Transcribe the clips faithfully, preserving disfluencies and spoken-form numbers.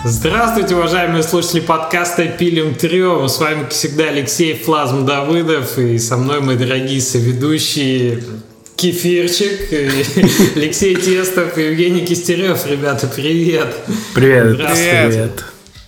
Здравствуйте, уважаемые слушатели подкаста «Пилим трио». С вами, как всегда, Алексей Флазм Давыдов. И со мной мои дорогие соведущие Кефирчик, Алексей Тестов и Евгений Кистерев. Ребята, привет. Привет. Привет.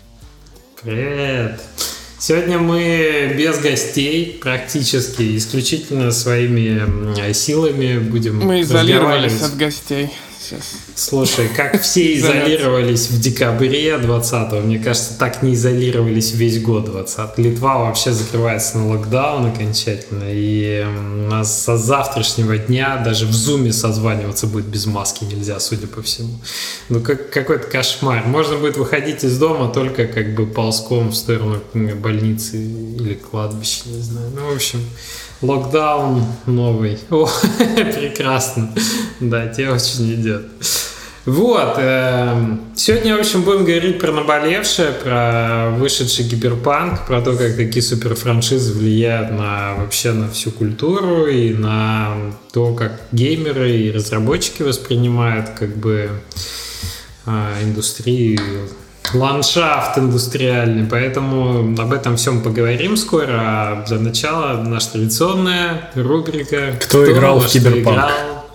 Привет. Сегодня мы без гостей, практически исключительно своими силами будем Мы изолировались от гостей. Сейчас. Слушай, как все изолировались в декабре двадцатого, мне кажется, так не изолировались весь год двадцатый. Литва вообще закрывается на локдаун окончательно, и у нас со завтрашнего дня даже в зуме созваниваться будет без маски нельзя, судя по всему. Ну, как, какой-то кошмар. Можно будет выходить из дома только как бы ползком в сторону больницы или кладбища, не знаю. Ну, в общем... Локдаун новый. О, прекрасно. Да, тебе очень идет. Вот. Э, сегодня, в общем, будем говорить про наболевшее, про вышедший киберпанк, про то, как такие суперфраншизы влияют на, вообще на всю культуру и на то, как геймеры и разработчики воспринимают как бы э, индустрию, ландшафт индустриальный, поэтому об этом всем поговорим скоро. А для начала наша традиционная рубрика «Кто, кто играл в Киберпанк?»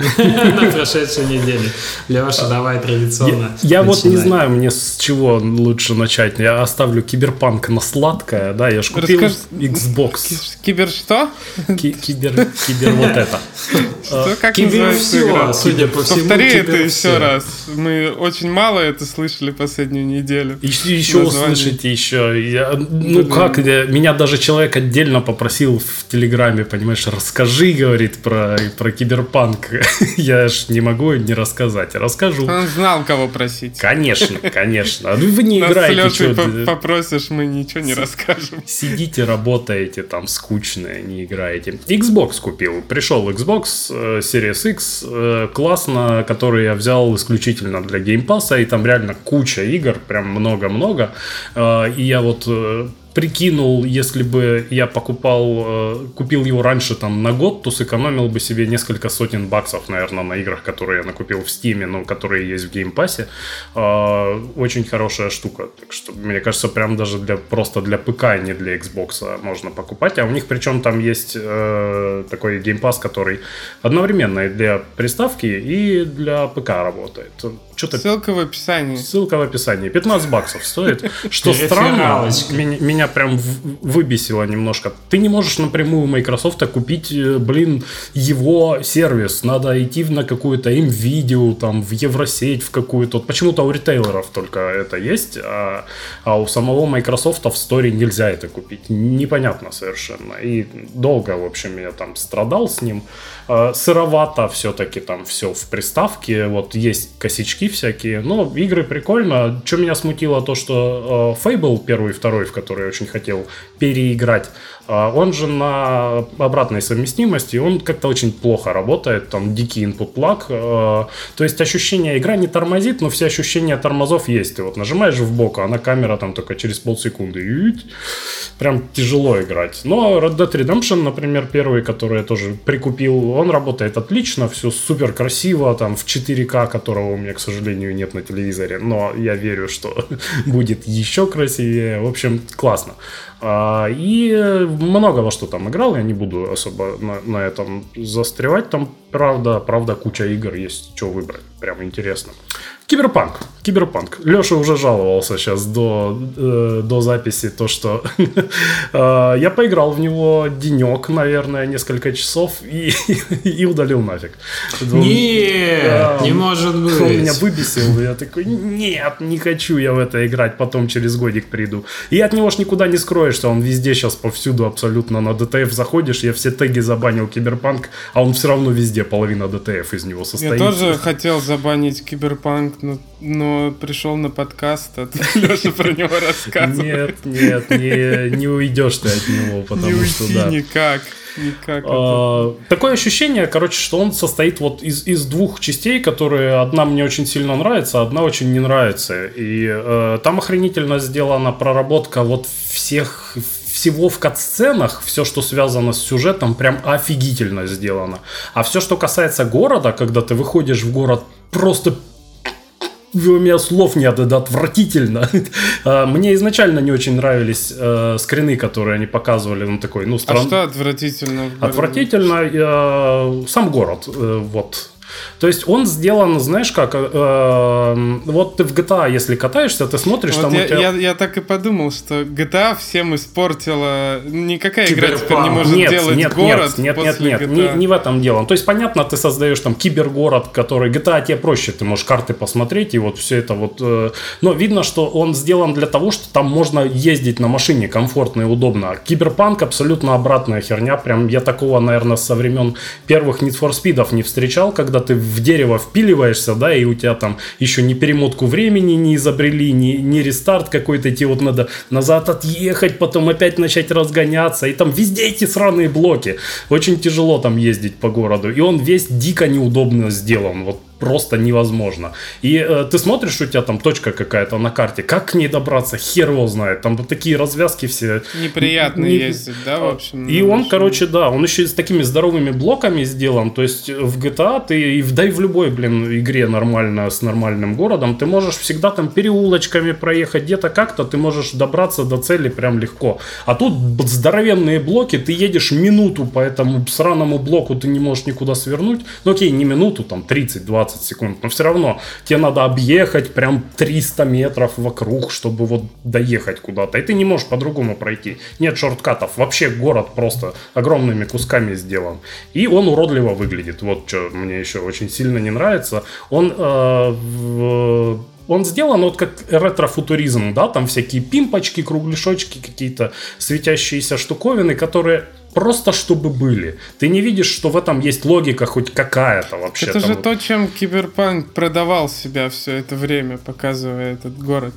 на прошедшей неделе. Леша, давай традиционно. Я, я вот не знаю, мне с чего лучше начать. Я оставлю Киберпанк на сладкое, да, я ж купил Расскажи, Xbox. Кибер что? Кибер, кибер вот это. Что, как кибер все, судя по всему. Повтори это еще раз. Мы очень мало это слышали последнюю неделю. Еще, еще услышите еще. Я, ну Блин. как, я, меня даже человек отдельно попросил в Телеграме, понимаешь, расскажи, говорит, про, про Киберпанк. Я ж не могу не рассказать. Расскажу. Он знал, кого просить. Конечно, конечно. Вы не Нас играете. С Лешей попросишь, мы ничего не расскажем. Сидите, работаете, там, скучные, не играете. Xbox купил. Пришел Xbox Series X, классно, который я взял исключительно для Game Pass'а, и там реально куча игр, прям много-много. И я вот... прикинул, если бы я покупал, купил его раньше там на год, то сэкономил бы себе несколько сотен баксов, наверное, на играх, которые я накупил в Steam, но которые есть в Game Pass'е. Очень хорошая штука. Так что, мне кажется, прям даже для, просто для ПК, а не для Xbox можно покупать. А у них причем там есть такой Game Pass, который одновременно и для приставки, и для ПК работает. Что-то... Ссылка в описании. Ссылка в описании. пятнадцать баксов стоит. Что странно, меня, меня прям выбесило немножко. Ты не можешь напрямую у Microsoft купить, блин, его сервис. Надо идти на какую-то Nvidia, там, в Евросеть, в какую-то. Почему-то у ритейлеров только это есть, а, а у самого Microsoft в Store нельзя это купить. Непонятно совершенно. И долго, в общем, я там страдал с ним. Сыровато все-таки там все в приставке. Вот есть косячки всякие, но игры прикольно. Что меня смутило, то что э, Fable первый и второй, в который я очень хотел переиграть, э, он же на обратной совместимости, он как-то очень плохо работает, там дикий input lag, э, то есть ощущение, игра не тормозит, но все ощущения тормозов есть. Ты вот нажимаешь в бок, а на камера там только через полсекунды, и прям тяжело играть. Но Red Dead Redemption, например, первый, который я тоже прикупил, он работает отлично, все супер красиво, там в четыре ка, которого у меня, к сожалению, нет на телевизоре, но я верю, что будет еще красивее. В общем, классно. И много во что там играл, я не буду особо на, на этом застревать. Там, правда, правда, куча игр есть, что выбрать. Прям интересно. Киберпанк. Киберпанк. Леша уже жаловался сейчас до, э, до записи, то, что э, я поиграл в него денек, наверное, несколько часов и, и удалил нафиг. Нет, да, не может быть. Он меня выбесил, я такой, нет, не хочу я в это играть, потом через годик приду. И от него ж никуда не скроешься, он везде сейчас повсюду абсолютно. На ди ти эф заходишь, я все теги забанил Киберпанк, а он все равно везде, половина ди ти эф из него состоит. Я тоже хотел забанить Киберпанк, но, но пришел на подкаст, а Леша про него рассказывает. Нет, нет, не, не уйдешь ты от него, потому не что уйти да. никак. Никак а, такое ощущение, короче, что он состоит вот из, из двух частей, которые одна мне очень сильно нравится, одна очень не нравится. И э, там охренительно сделана проработка вот всех всего в кат-сценах, все, что связано с сюжетом, прям офигительно сделано. А все, что касается города, когда ты выходишь в город, просто у меня слов нет, это отвратительно. Мне изначально не очень нравились э, скрины, которые они показывали, ну такой, ну странный. А что отвратительно? Отвратительно э, сам город, э, вот. То есть он сделан, знаешь как, э, вот ты в джи ти эй, если катаешься, ты смотришь, вот там я, у тебя... я, я так и подумал, что джи ти эй всем испортила, никакая игра теперь не может нет, делать нет, город нет, после нет, нет, джи ти не, эй. не в этом дело. То есть понятно, ты создаешь там кибергород, который, джи ти эй тебе проще, ты можешь карты посмотреть и вот все это вот, э, но видно, что он сделан для того, что там можно ездить на машине комфортно и удобно. Киберпанк абсолютно обратная херня, прям я такого, наверное, со времен первых Need for Speed'ов не встречал, когда ты в дерево впиливаешься, да, и у тебя там еще ни перемотку времени не изобрели, ни, ни рестарт какой-то, тебе вот надо назад отъехать, потом опять начать разгоняться, и там везде эти сраные блоки. Очень тяжело там ездить по городу, и он весь дико неудобно сделан, вот просто невозможно. И э, ты смотришь, у тебя там точка какая-то на карте, как к ней добраться, хер его знает, там вот такие развязки все. Неприятно не... ездить, да, в общем. И он, машине. короче, да, он еще и с такими здоровыми блоками сделан, то есть в джи ти эй ты, да и в любой, блин, игре нормально, с нормальным городом, ты можешь всегда там переулочками проехать, где-то как-то ты можешь добраться до цели прям легко. А тут здоровенные блоки, ты едешь минуту по этому сраному блоку, ты не можешь никуда свернуть, ну окей, не минуту, там тридцать-двадцать секунд, но все равно тебе надо объехать прям триста метров вокруг, чтобы вот доехать куда-то, и ты не можешь по-другому пройти. Нет шорткатов, вообще город просто огромными кусками сделан, и он уродливо выглядит. Вот что мне еще очень сильно не нравится, он э, в... Он сделан вот как ретро-футуризм, да, там всякие пимпочки, кругляшочки, какие-то светящиеся штуковины, которые просто чтобы были. Ты не видишь, что в этом есть логика хоть какая-то вообще. Это там же вот... то, чем Киберпанк продавал себя все это время, показывая этот город.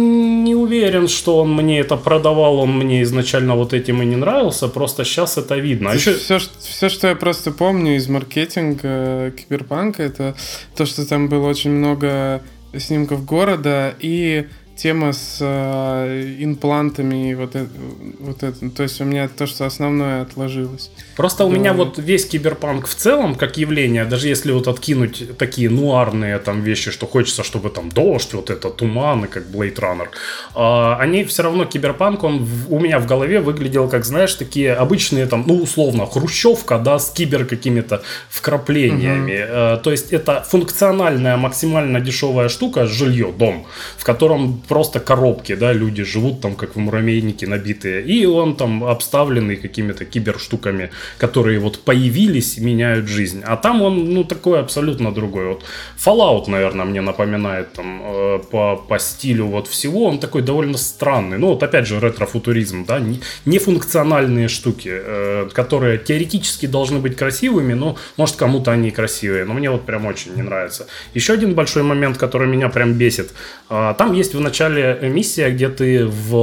Не уверен, что он мне это продавал, он мне изначально вот этим и не нравился, просто сейчас это видно. А еще... все, все, что я просто помню из маркетинга Киберпанка, это то, что там было очень много снимков города и тема с э, имплантами и вот это, вот это. То есть у меня то, что основное отложилось. Просто да. У меня вот весь киберпанк в целом, как явление, даже если вот откинуть такие нуарные там вещи, что хочется, чтобы там дождь, вот это туманы, как Blade Runner, э, они все равно, киберпанк, он в, у меня в голове выглядел, как, знаешь, такие обычные там, ну, условно, хрущевка, да, с кибер какими-то вкраплениями. Угу. Э, то есть это функциональная, максимально дешевая штука, жилье, дом, в котором просто коробки, да, люди живут там, как в муравейнике набитые, и он там обставленный какими-то киберштуками, которые вот появились, меняют жизнь. А там он, ну, такой абсолютно другой. Вот Fallout, наверное, мне напоминает там э, по, по стилю вот всего, он такой довольно странный. Ну, вот опять же, ретро-футуризм, да, нефункциональные штуки, э, которые теоретически должны быть красивыми, но, может, кому-то они красивые, но мне вот прям очень не нравится. Еще один большой момент, который меня прям бесит. Э, там есть в начале миссия, где ты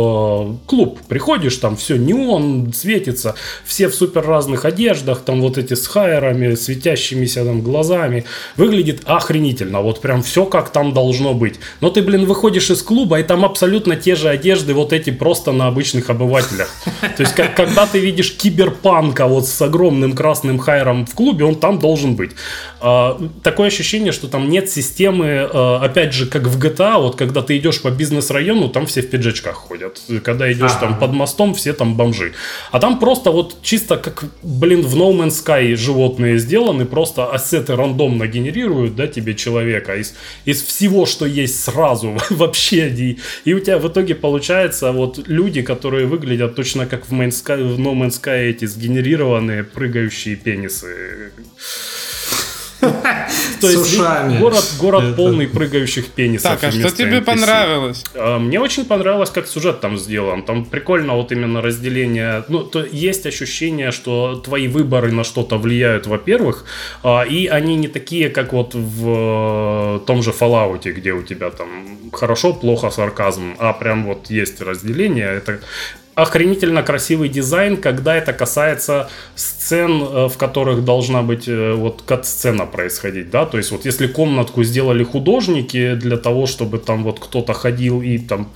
в клуб приходишь, там все неон светится, все в супер разных одеждах, там вот эти с хайерами, светящимися там глазами, выглядит охренительно, вот прям все как там должно быть. Но ты, блин, выходишь из клуба, и там абсолютно те же одежды, вот эти просто на обычных обывателях. То есть, как, когда ты видишь киберпанка вот с огромным красным хайером в клубе, он там должен быть. А, такое ощущение, что там нет системы, а, опять же, как в джи ти эй, вот когда ты идешь по бизнес-району, там все в пиджачках ходят. Когда идешь А-а-а. там под мостом, все там бомжи. А там просто вот чисто как, блин, в No Man's Sky животные сделаны, просто ассеты рандомно генерируют, да, тебе человека из, из всего, что есть сразу вообще. И, и у тебя в итоге получается вот люди, которые выглядят точно как в, Sky, в No Man's Sky, эти сгенерированные прыгающие пенисы. То есть город, город это... полный прыгающих пенисов. Так, а что тебе эн пи си понравилось? Мне очень понравилось, как сюжет там сделан. Там прикольно вот именно разделение. Ну, то есть ощущение, что твои выборы на что-то влияют, во-первых, и они не такие, как вот в том же Fallout, где у тебя там хорошо, плохо, сарказм, а прям вот есть разделение. Это охренительно красивый дизайн, когда это касается сцен, в которых должна быть вот кат-сцена происходить, да, то есть вот если комнатку сделали художники для того, чтобы там вот кто-то ходил и там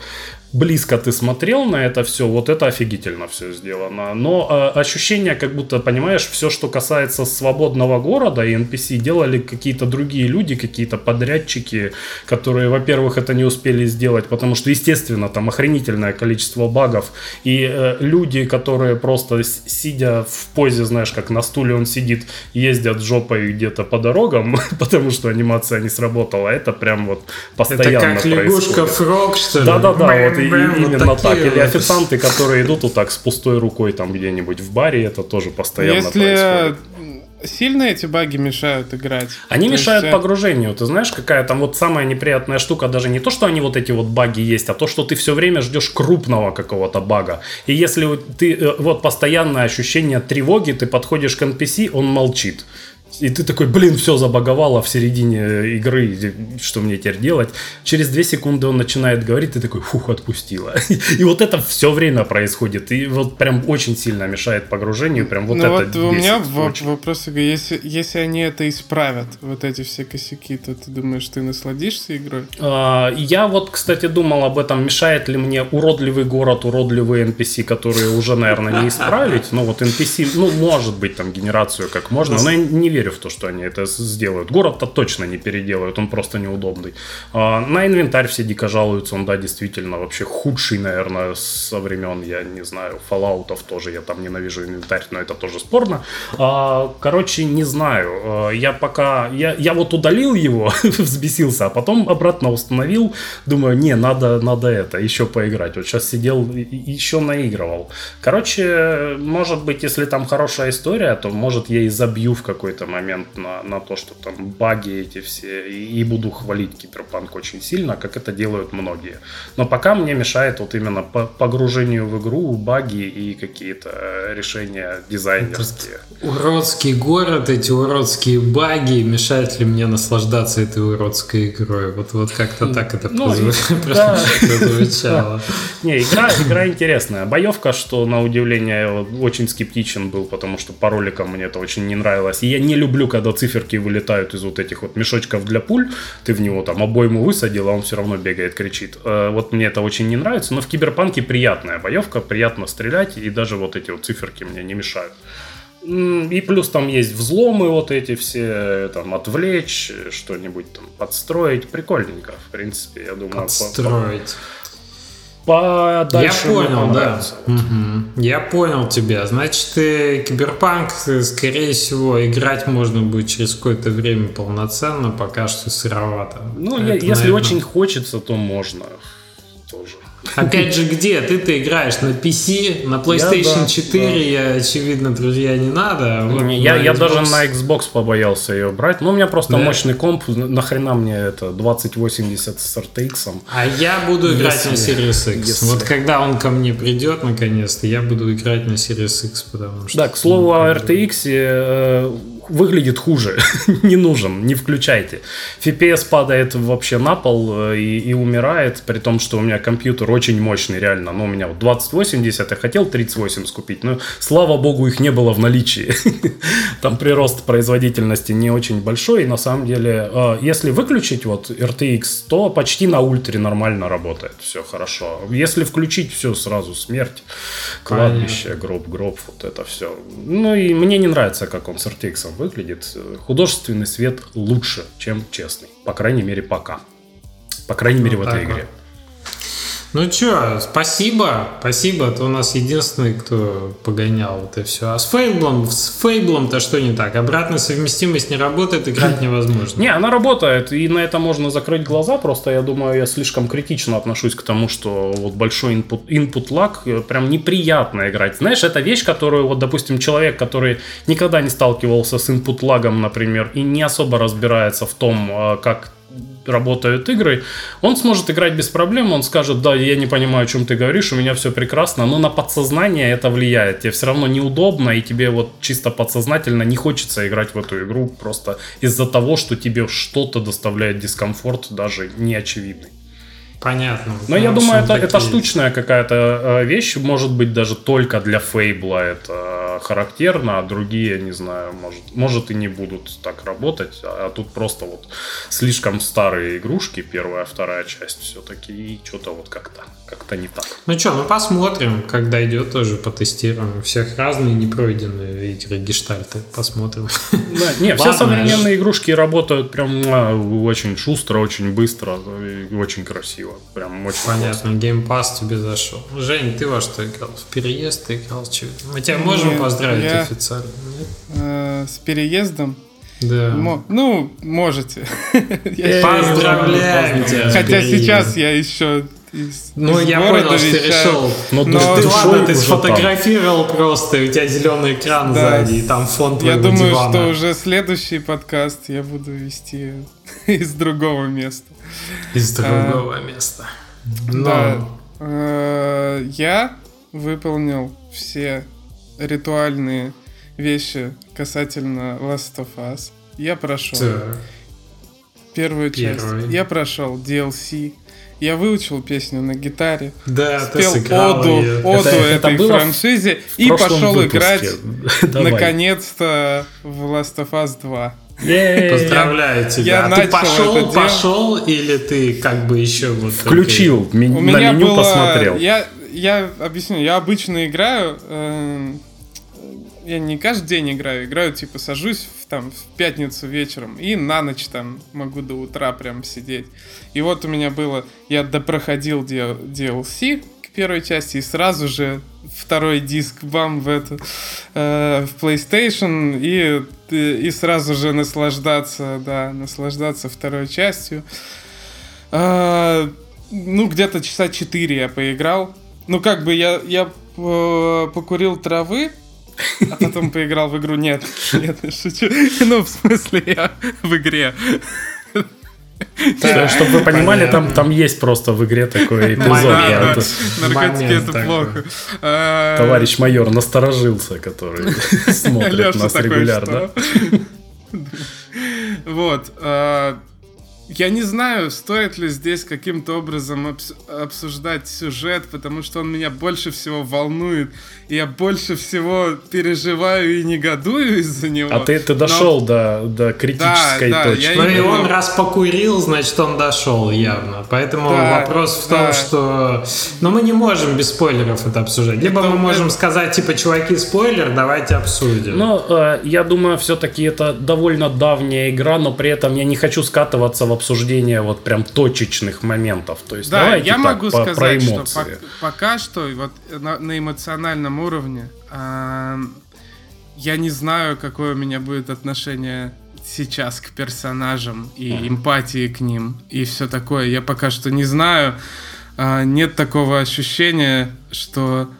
близко ты смотрел на это все, вот это офигительно все сделано. Но э, ощущение, как будто, понимаешь, все, что касается свободного города и эн пи си, делали какие-то другие люди, какие-то подрядчики, которые, во-первых, это не успели сделать, потому что, естественно, там охренительное количество багов. И э, люди, которые просто сидя в позе, знаешь, как на стуле он сидит, ездят жопой где-то по дорогам, потому что анимация не сработала, это прям вот постоянно происходит. Это как лягушка Фрог, что ли? Да-да-да, вот и, именно вот так. Или вот. официанты, которые идут вот так с пустой рукой там где-нибудь в баре, это тоже постоянно Если происходит. Сильно эти баги мешают играть? Они То мешают есть... погружению. Ты знаешь, какая там вот самая неприятная штука, даже не то, что они вот эти вот баги есть, а то, что ты все время ждешь крупного какого-то бага. И если ты вот постоянное ощущение тревоги, ты подходишь к эн пи си, он молчит. И ты такой, блин, все забаговало в середине игры, что мне теперь делать? Через две секунды он начинает говорить, ты такой, фух, отпустила. И вот это все время происходит. И вот прям очень сильно мешает погружению. Прям вот ну это вот бесит у меня очень. вопрос, если, если они это исправят, вот эти все косяки, то ты думаешь, ты насладишься игрой? А, я вот, кстати, думал об этом, мешает ли мне уродливый город, уродливые эн пи си, которые уже, наверное, не исправить. Ну вот эн пи си, ну может быть там генерацию как можно, но я не верю в то, что они это сделают. Город-то точно не переделают, он просто неудобный. А, на инвентарь все дико жалуются, он, да, действительно вообще худший, наверное, со времен, я не знаю, Fallout'ов тоже, я там ненавижу инвентарь, но это тоже спорно. А, короче, не знаю, а, я пока, я, я вот удалил его, взбесился, а потом обратно установил, думаю, не, надо, надо это, еще поиграть. Вот сейчас сидел и еще наигрывал. Короче, может быть, если там хорошая история, то, может, я и забью в какой-то момент на, на то, что там баги эти все, и, и буду хвалить Киберпанк очень сильно, как это делают многие. Но пока мне мешает вот именно по погружению в игру баги и какие-то решения дизайнерские. Этот уродский город, эти уродские баги, мешают ли мне наслаждаться этой уродской игрой? Вот, вот как-то так это ну, прозвучало. Не, игра, игра интересная. Боевка, что на удивление очень скептичен был, потому что по роликам мне это очень не нравилось. И я не люблю, когда циферки вылетают из вот этих вот мешочков для пуль, ты в него там обойму высадил, а он все равно бегает, кричит. Вот мне это очень не нравится, но в Киберпанке приятная боевка, приятно стрелять, и даже вот эти вот циферки мне не мешают. И плюс там есть взломы вот эти все, там отвлечь, что-нибудь там подстроить, прикольненько, в принципе, я думаю. Подстроить. Подальше я понял, да. Угу. Я понял тебя. Значит, Киберпанк, скорее всего, играть можно будет через какое-то время полноценно, пока что сыровато. Ну, это, если наверное... очень хочется, то можно тоже. Опять же, где? Ты-то играешь на пи си, на PlayStation я, четыре, да, да. Я, очевидно, друзья, не надо. Вот я я даже на Xbox побоялся ее брать. Ну, у меня просто да. мощный комп. Нахрена мне это двадцать восемьдесят с эр ти экс? А я буду играть если, на Series X. Если... Вот когда он ко мне придет, наконец-то, я буду играть на Series X, потому что... Да, к слову о эр ти экс, э, выглядит хуже. Не нужен, не включайте. эф пи эс падает вообще на пол и, и умирает, при том, что у меня компьютер очень мощный, реально. Но у меня вот двадцать восемьдесят, я хотел тридцать восемь скупить, но, слава богу, их не было в наличии. Там прирост производительности не очень большой, и на самом деле, если выключить вот эр ти экс, то почти на ультре нормально работает, все хорошо. Если включить, все, сразу смерть, кладбище, гроб-гроб, вот это все. Ну и мне не нравится, как он с эр ти экс выглядит. Художественный свет лучше, чем честный. По крайней мере, пока. По крайней мере, ну, в этой игре. Ну чё, спасибо. Спасибо. Ты у нас единственный, кто погонял вот это все. А с Фейблом, с Фейблом-то что не так? Обратная совместимость не работает, играть невозможно. Не, она работает, и на это можно закрыть глаза. Просто, я думаю, я слишком критично отношусь к тому, что вот большой input, input lag, прям неприятно играть. Знаешь, это вещь, которую, вот, допустим, человек, который никогда не сталкивался с input лагом, например, и не особо разбирается в том, как работают игры, он сможет играть без проблем, он скажет, да, я не понимаю, о чем ты говоришь, у меня все прекрасно, но на подсознание это влияет, тебе все равно неудобно, и тебе вот чисто подсознательно не хочется играть в эту игру просто из-за того, что тебе что-то доставляет дискомфорт, даже неочевидный. Понятно. Но я думаю, это, это штучная какая-то вещь, может быть, даже только для Фейбла это характерно, а другие, не знаю, может, может и не будут так работать, а тут просто вот слишком старые игрушки, первая, вторая часть все-таки, и что-то вот как-то, как-то не так. Ну что, ну посмотрим, когда идет тоже потестируем. У всех разные непройденные игры, гештальты, посмотрим. Да, не, все современные игрушки работают прям очень шустро, очень быстро и очень красиво. Прям очень понятно, Game Pass тебе зашел. Жень, ты во что играл? В переезд ты играл? Мы тебя можем Нет, поздравить я, официально? Э, с переездом? Да. Мо- ну, можете. Поздравляем тебя. Хотя сейчас я еще... Из, ну, из я понял, что ты решил. Но, но ты, ладно, ты сфотографировал там. Просто, и у тебя зеленый экран да. сзади, и там фон твоего Я думаю, дивана. что уже следующий подкаст я буду вести из другого места. Из другого а, места. Но... Да. А, я выполнил все ритуальные вещи касательно Last of Us. Я прошел да. первую часть. Первый. Я прошел ди эл си. Я выучил песню на гитаре, да, спел оду, оду это, этой это франшизе и пошел выпуске. Играть наконец-то в Last of Us два. Е-е-е. Поздравляю тебя. Я а ты пошел, пошел или ты как бы еще вот включил, ми- на меню было... посмотрел? Я, я объясню, я обычно играю, э- я не каждый день играю, играю типа сажусь в, там, в пятницу вечером и на ночь там могу до утра прям сидеть. И вот у меня было, я допроходил ди эл си к первой части и сразу же второй диск бам в эту э, в PlayStation и, и сразу же наслаждаться, да, наслаждаться второй частью. Э, ну, где-то часа четыре я поиграл. Ну, как бы я, я покурил травы, а потом поиграл в игру. Нет, нет, я шучу. Ну, в смысле, я в игре. Да, чтобы вы понимали, там, там есть просто в игре такой эпизод. Да, это... Наркотики это такой. Плохо. Товарищ майор насторожился, который смотрит Леша нас регулярно. Вот. Я не знаю, стоит ли здесь каким-то образом обс- обсуждать сюжет, потому что он меня больше всего волнует. И я больше всего переживаю и негодую из-за него. А ты, ты дошел Но... до, до критической да, точки. Да, ну и он раз покурил, значит он дошел явно. Поэтому да, вопрос в том, да. что... Ну мы не можем без спойлеров это обсуждать. Либо это, мы можем это... сказать, типа, чуваки, спойлер, давайте обсудим. Ну, э, я думаю, все-таки это довольно давняя игра, но при этом я не хочу скатываться в обсуждение вот прям точечных моментов. То есть, да, я так, могу по, сказать, про что по- пока что вот на, на эмоциональном уровне э- я не знаю, какое у меня будет отношение сейчас к персонажам и mm-hmm. эмпатии к ним и все такое. Я пока что не знаю. Э- нет такого ощущения, что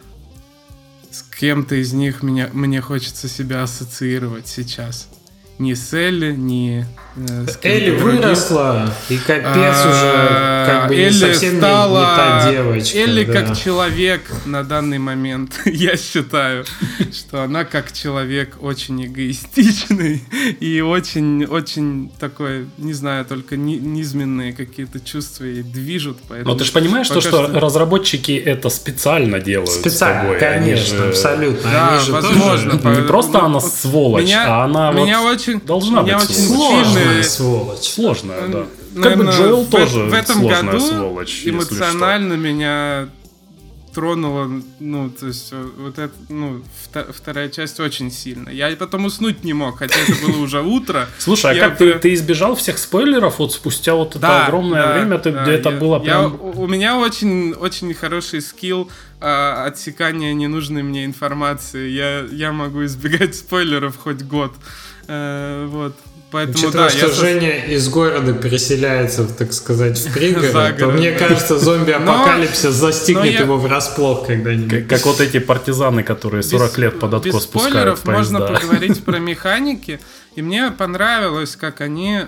с кем-то из них меня, мне хочется себя ассоциировать сейчас. Ни с Элли, ни э, с Элли выросла, и капец а, уже как бы Элли совсем стала... не, не та девочка. Элли да. как человек на данный момент, я считаю, что она как человек очень эгоистичный и очень-очень такой, не знаю, только ни, низменные какие-то чувства ей движут. Но ты же понимаешь, то, что, что разработчики это специально делают специально, с тобой. конечно, же... абсолютно. Да, Они же возможно. Тоже... Не просто ну, она сволочь, меня, а она меня вот очень, должна меня быть очень сложная сильные... сволочь. Сложная, да. Наверное, как бы Джоэл в, тоже в этом сложная году сволочь. Эмоционально меня тронуло, ну, то есть вот это, ну, вторая часть очень сильно. Я потом уснуть не мог, хотя это было уже утро. Слушай, а как ты, ты избежал всех спойлеров вот спустя вот это да, огромное да, время? Ты, да, это я, было прям... Я, у меня очень, очень хороший скилл а, отсекания ненужной мне информации. Я, я могу избегать спойлеров хоть год. А, вот. Поэтому, Учитывая, да, что я Женя со... из города переселяется, так сказать, в пригород, то мне кажется, зомби-апокалипсис застигнет его врасплох когда-нибудь. Как вот эти партизаны, которые сорок лет под откос пускают поезда. Без спойлеров можно поговорить про механики. И мне понравилось, как они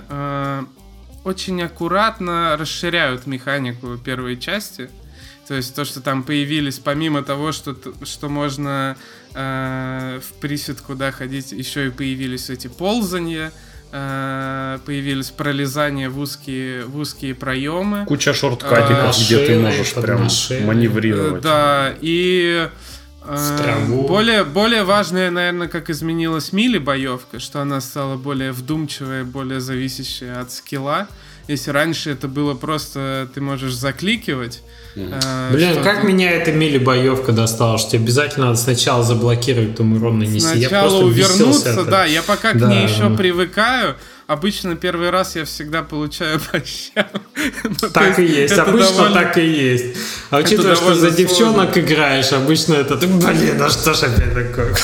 очень аккуратно расширяют механику первой части. То есть то, что там появились, помимо того, что, что можно э, в приседку, да, ходить, еще и появились эти ползания, появились пролезания в узкие, в узкие проемы. Куча шорткатиков, а, где ты можешь прям машины. маневрировать. Да, и более, более важное, наверное, как изменилась мили-боевка, что она стала более вдумчивая, более зависящая от скилла. Если раньше это было просто ты можешь закликивать. Mm. Э, Блин, как меня эта мили-боевка достала, что тебе обязательно надо сначала заблокировать, там урон нанести. Сначала увернуться, да, я пока да. к ней еще привыкаю. Обычно первый раз я всегда получаю по щам. Так и есть, обычно так и есть. А учитывая, что за девчонок играешь, обычно это, блин, а что ж опять такое?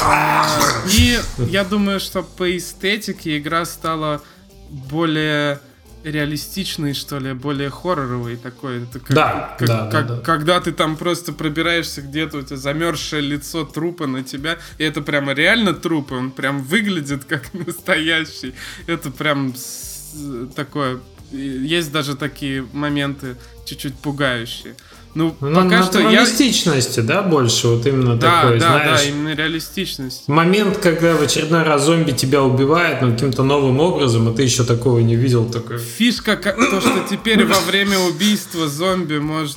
И я думаю, что по эстетике игра стала более реалистичный, что ли, более хорроровый такой. Это как, да, как, да, как, да, да. Когда ты там просто пробираешься где-то, у тебя замерзшее лицо трупа на тебя, и это прямо реально труп, он прям выглядит как настоящий. Это прям такое... Есть даже такие моменты чуть-чуть пугающие. Ну, ну пока на что реалистичности, я... да, больше, вот именно да, такой, да, знаешь... Да, именно реалистичность. Момент, когда в очередной раз зомби тебя убивает, но каким-то новым образом, а ты еще такого не видел. Такой... Фишка, то, что теперь во время убийства зомби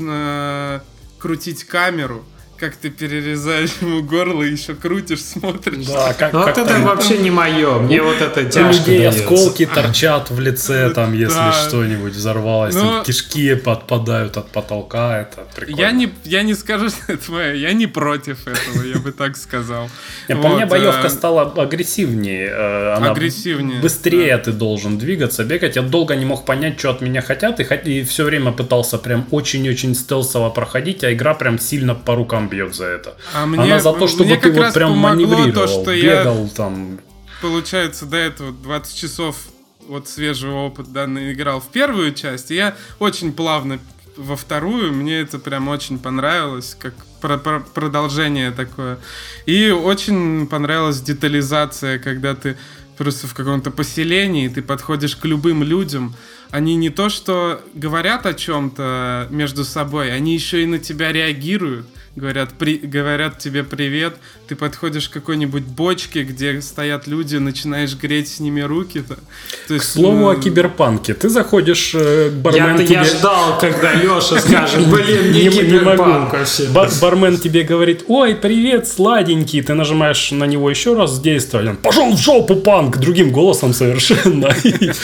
можно крутить камеру, как ты перерезаешь ему горло и еще крутишь, смотришь. Да, как, вот как это там... вообще не мое. Мне вот это тяжко людей дается. Осколки торчат в лице, там, если да. что-нибудь взорвалось, но... там, кишки подпадают от потолка, это прикольно. Я не, я не скажу, что это мое, я не против этого, я бы так сказал. По мне боевка стала агрессивнее. Агрессивнее. Быстрее ты должен двигаться, бегать. Я долго не мог понять, что от меня хотят, и все время пытался прям очень-очень стелсово проходить, а игра прям сильно по рукам бьет за это. А мне, Она за то, чтобы ты вот прям маневрировал, то, что бегал я, там. Получается, до этого двадцать часов вот свежего опыта, да, наиграл в первую часть, и я очень плавно во вторую, мне это прям очень понравилось, как про- про- продолжение такое. И очень понравилась детализация, когда ты просто в каком-то поселении, ты подходишь к любым людям, они не то что говорят о чем-то между собой, они еще и на тебя реагируют. Говорят, при, говорят тебе привет, ты подходишь к какой-нибудь бочке, где стоят люди, начинаешь греть с ними руки-то. То есть, к слову ну... о киберпанке. Ты заходишь э, к бармен... Я, тебе... я ждал, когда Леша скажет, блин, не киберпанк вообще. Бармен тебе говорит, ой, привет, сладенький. Ты нажимаешь на него еще раз действовать. Он, пошел в жопу, панк! Другим голосом совершенно.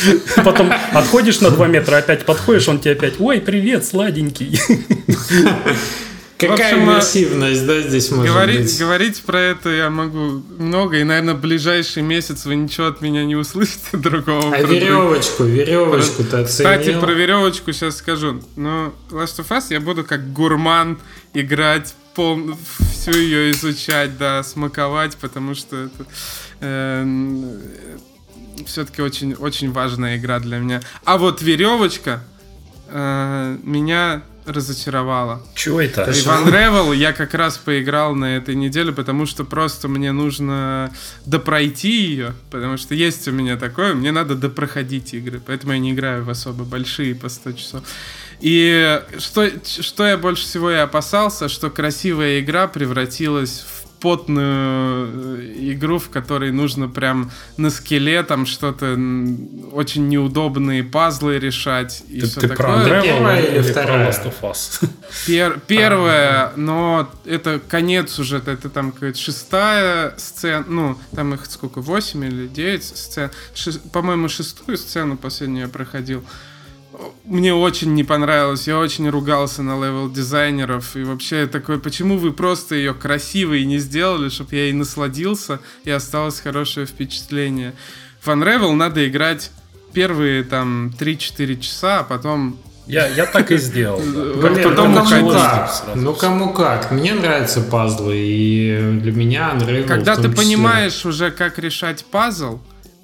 Потом отходишь на два метра, опять подходишь, он тебе опять, ой, привет, сладенький. Какая иммерсивность, да, здесь может говорить, быть? Говорить про это я могу много, и, наверное, в ближайший месяц вы ничего от меня не услышите другого. А веревочку, веревочку ты оценил? Кстати, про веревочку сейчас скажу. Но Last of Us я буду как гурман играть, пол... всю ее изучать, да, смаковать, потому что это э, все-таки очень, очень важная игра для меня. А вот веревочка э, меня... разочаровала. Чего это? И в Unravel я как раз поиграл на этой неделе, потому что просто мне нужно допройти ее, потому что есть у меня такое, мне надо допроходить игры, поэтому я не играю в особо большие по сто часов. И что, что я больше всего и опасался, что красивая игра превратилась в потную игру, в которой нужно прям на скеле там что-то очень неудобные пазлы решать и ты, все ты такое. Про первая или вторая? Пер, первая, но это конец сюжета, это там какая-то шестая сцена, ну там их сколько, восемь или девять сцен, Шест, по-моему шестую сцену последнюю я проходил. Мне очень не понравилось, я очень ругался на левел-дизайнеров, и вообще такой, почему вы просто ее красивой не сделали, чтобы я ей насладился, и осталось хорошее впечатление. В Unravel надо играть первые там три-четыре часа, а потом... Я, я так и сделал. Да. Блин, потом ну, кому как. ну кому как. Мне нравятся пазлы, и для меня Unravel... Когда ты понимаешь уже, как решать пазл,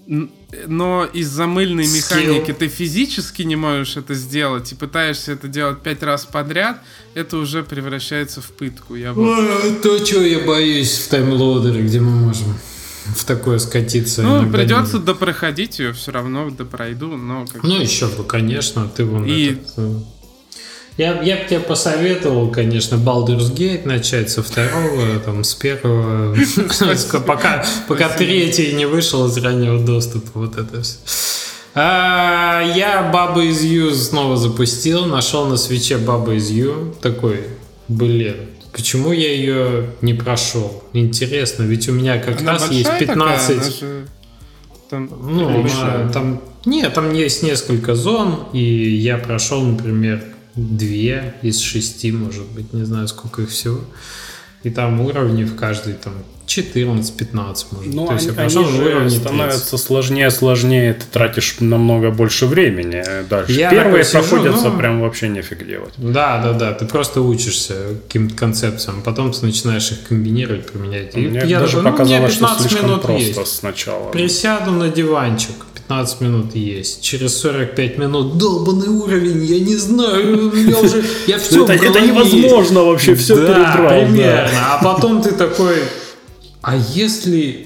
но из-за мыльной механики Skill. Ты физически не можешь это сделать и пытаешься это делать пять раз подряд, это уже превращается в пытку. Я вот... То, чего я боюсь в таймлоудере, где мы можем в такое скатиться. Ну, придется не... допроходить ее, все равно допройду, но... Как... Ну, еще бы, конечно, ты вон и... этот... Я, я бы тебе посоветовал, конечно, Baldur's Gate начать со второго, там, с первого, пока, пока третий не вышел из раннего доступа, вот это все. А, я Baba Is You снова запустил, нашел на свитче Baba Is You, такой, блин, почему я ее не прошел? Интересно, ведь у меня как Она раз есть пятнадцать... Такая, же... там... Ну, она, там... Нет, там есть несколько зон, и я прошел, например, две из шести, может быть, не знаю, сколько их всего. И там уровни в каждой там четырнадцать-пятнадцать, может. Ну, То есть они, я прошел они же уровни становятся тридцать. сложнее, сложнее, ты тратишь намного больше времени дальше. Я Первые такой сижу, проходятся ну, прям вообще нифиг делать. Да, да, да, ты просто учишься каким-то концепциям, потом ты начинаешь их комбинировать, применять. И Мне я даже такой, ну, показалось, мне что слишком минут просто есть. сначала. Присяду на диванчик, пятнадцать минут есть. Через сорок пять минут долбанный уровень, я не знаю, я уже, я все это, это невозможно вообще, все да, перебрал. примерно. Да. А потом ты такой, а если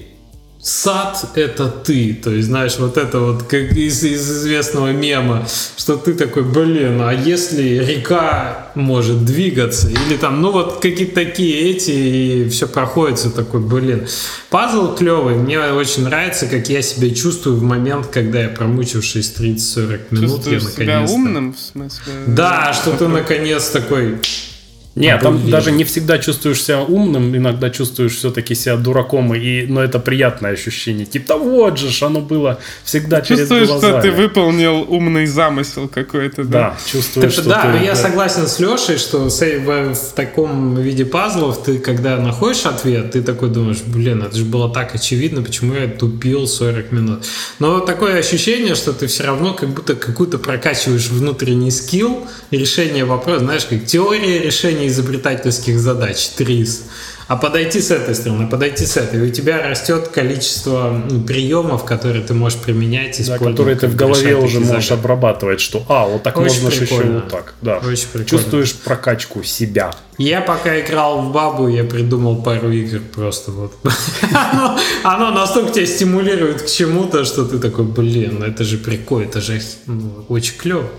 сад — это ты, то есть, знаешь, вот это вот как из, из известного мема, что ты такой, блин, а если река может двигаться, или там, ну вот какие-то такие эти, и все проходится, такой, блин. Пазл клевый, мне очень нравится, как я себя чувствую в момент, когда я, промучившись тридцать-сорок минут, Чувствуешь я себя наконец-то... умным, в смысле? Да, что ты наконец такой... Нет, там Блин. даже не всегда чувствуешь себя умным, иногда чувствуешь все-таки себя дураком, и, но это приятное ощущение. Типа, да вот же, оно было всегда перед Чувствуешь, глазами. что ты выполнил умный замысел какой-то, да? Да, чувствуешь, Так, что да, ты... но я да. согласен с Лешей, что в, в таком виде пазлов ты, когда находишь ответ, ты такой думаешь, блин, это же было так очевидно, почему я тупил сорок минут. Но такое ощущение, что ты все равно как будто какую-то прокачиваешь внутренний скилл решения вопроса, знаешь, как теория решения изобретательских задач, ТРИЗ. А подойти с этой стороны, подойти с этой. И у тебя растет количество ну, приемов, которые ты можешь применять, Да, использовать. которые ты в голове уже можешь загадки. обрабатывать, что а, вот так Очень можно же еще прикольно. вот так. Да. Очень прикольно. Чувствуешь прокачку себя. Я пока играл в Бабу, я придумал пару игр просто вот. оно, оно настолько тебя стимулирует к чему-то, что ты такой, блин, это же прикольно, это же ну, очень клево.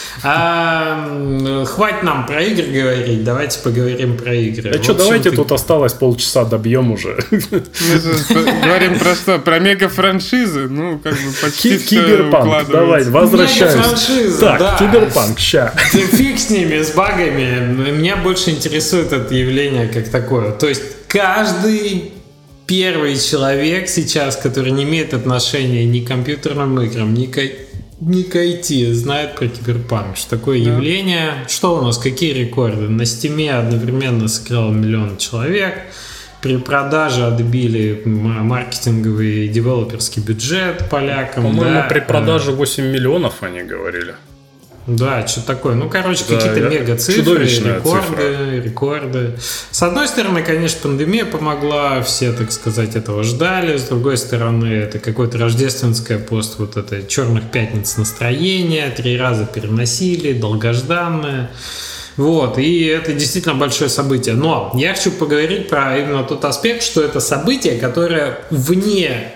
А, хватит нам про игры говорить, давайте поговорим про игры. А В что, общем, давайте ты... тут осталось полчаса, добьем уже. Мы же говорим про что? Про мега-франшизы? Ну, как бы почти все Киберпанк, укладывается. давай, возвращаемся. Мега-франшиза, Так, да. Киберпанк, ща. Фиг с ними, с багами. Меня больше интересует это явление как такое. То есть каждый первый человек сейчас, который не имеет отношения ни к компьютерным играм, ни к, ни к ай ти, знает про Киберпанк. Что такое да. явление. Что у нас, какие рекорды? На Стиме одновременно сыграл миллион человек. При продаже отбили маркетинговый и девелоперский бюджет полякам. По-моему, да. при продаже восемь миллионов они говорили. Да, что такое. Ну, короче, да, какие-то мега-цифры, рекорды, цифра. рекорды. С одной стороны, конечно, пандемия помогла, все, так сказать, этого ждали. С другой стороны, это какое-то рождественское пост вот это черных пятниц настроение, три раза переносили, долгожданное. Вот, и это действительно большое событие. Но я хочу поговорить про именно тот аспект, что это событие, которое вне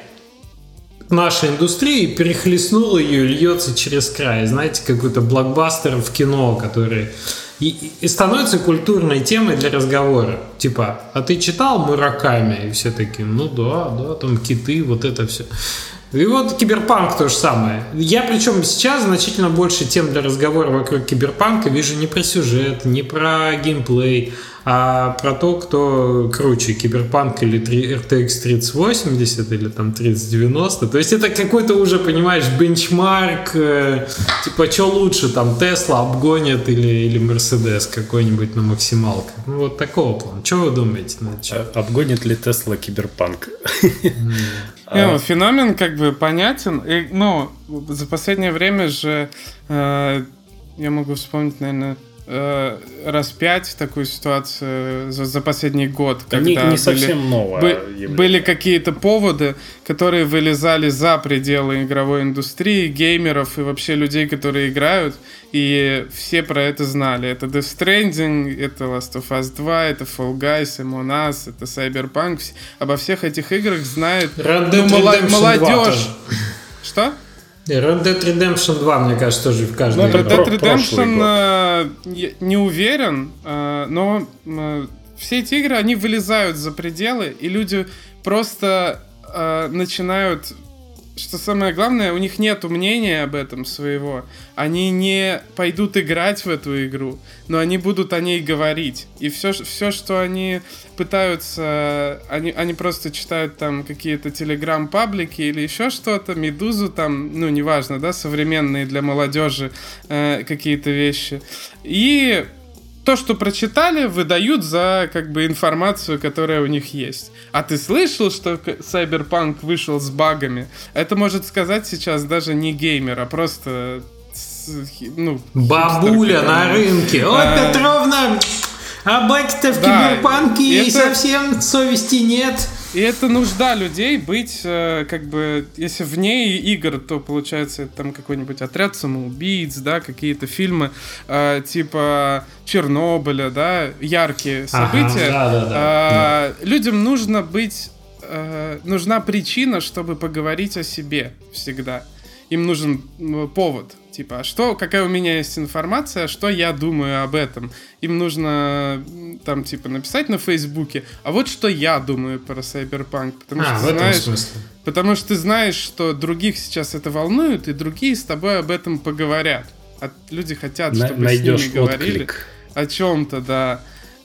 нашей индустрии перехлестнуло ее и льется через край. Знаете, какой-то блокбастер в кино, который и, и становится культурной темой для разговора. Типа, а ты читал Мураками? И все такие, ну да, да, там киты, вот это все. И вот Киберпанк то же самое. Я причем сейчас значительно больше тем для разговора вокруг Киберпанка вижу не про сюжет, не про геймплей, а про то, кто круче, Киберпанк или эр ти экс тридцать восемьдесят или там тридцать девяносто. То есть это какой-то уже, понимаешь, бенчмарк, э, типа, что лучше, там, Тесла обгонит или, или Мерседес какой-нибудь на максималках. Ну, вот такого плана. Что вы думаете на это? А, обгонит ли Тесла Киберпанк? Не, ну, феномен как бы понятен. И, ну, за последнее время же э, я могу вспомнить, наверное, э, раз пять такую ситуацию за, за последний год. Да когда не, не были, совсем новое бы, явление. Были какие-то поводы, которые вылезали за пределы игровой индустрии, геймеров и вообще людей, которые играют. И все про это знали. Это Death Stranding, это Last of Us два, это Fall Guys, Among Us, это Cyberpunk. Обо всех этих играх знает ну, молодежь. Что? Red Dead Redemption два, мне кажется, тоже в каждой игре. Red Dead Redemption э, не уверен, э, но э, все эти игры, они вылезают за пределы, и люди просто э, начинают что самое главное, у них нет мнения об этом своего. Они не пойдут играть в эту игру, но они будут о ней говорить. И все, все что они пытаются... Они, они просто читают там какие-то телеграм-паблики или еще что-то, Медузу там, ну, неважно, да, современные для молодежи э, какие-то вещи. И... то, что прочитали, выдают за как бы информацию, которая у них есть. А ты слышал, что Cyberpunk вышел с багами? Это может сказать сейчас даже не геймер, а просто ну, бабуля на рынке. О, а... Петровна, а баги-то в да, Киберпанке это... совсем совести нет. И это нужда людей быть, э, как бы, если вне игр, то получается это там какой-нибудь отряд самоубийц, да, какие-то фильмы э, типа Чернобыля, да, яркие события. Ага, да, да, да, э, да. Людям нужно быть, э, нужна причина, чтобы поговорить о себе всегда. Им нужен повод. Типа, а что, какая у меня есть информация, что я думаю об этом. Им нужно там, типа, написать на Фейсбуке, а вот что я думаю про Cyberpunk. Потому, а, что, знаешь, потому что ты знаешь, что других сейчас это волнует, и другие с тобой об этом поговорят. А люди хотят, чтобы На- с ними говорили отклик. О чем-то, да.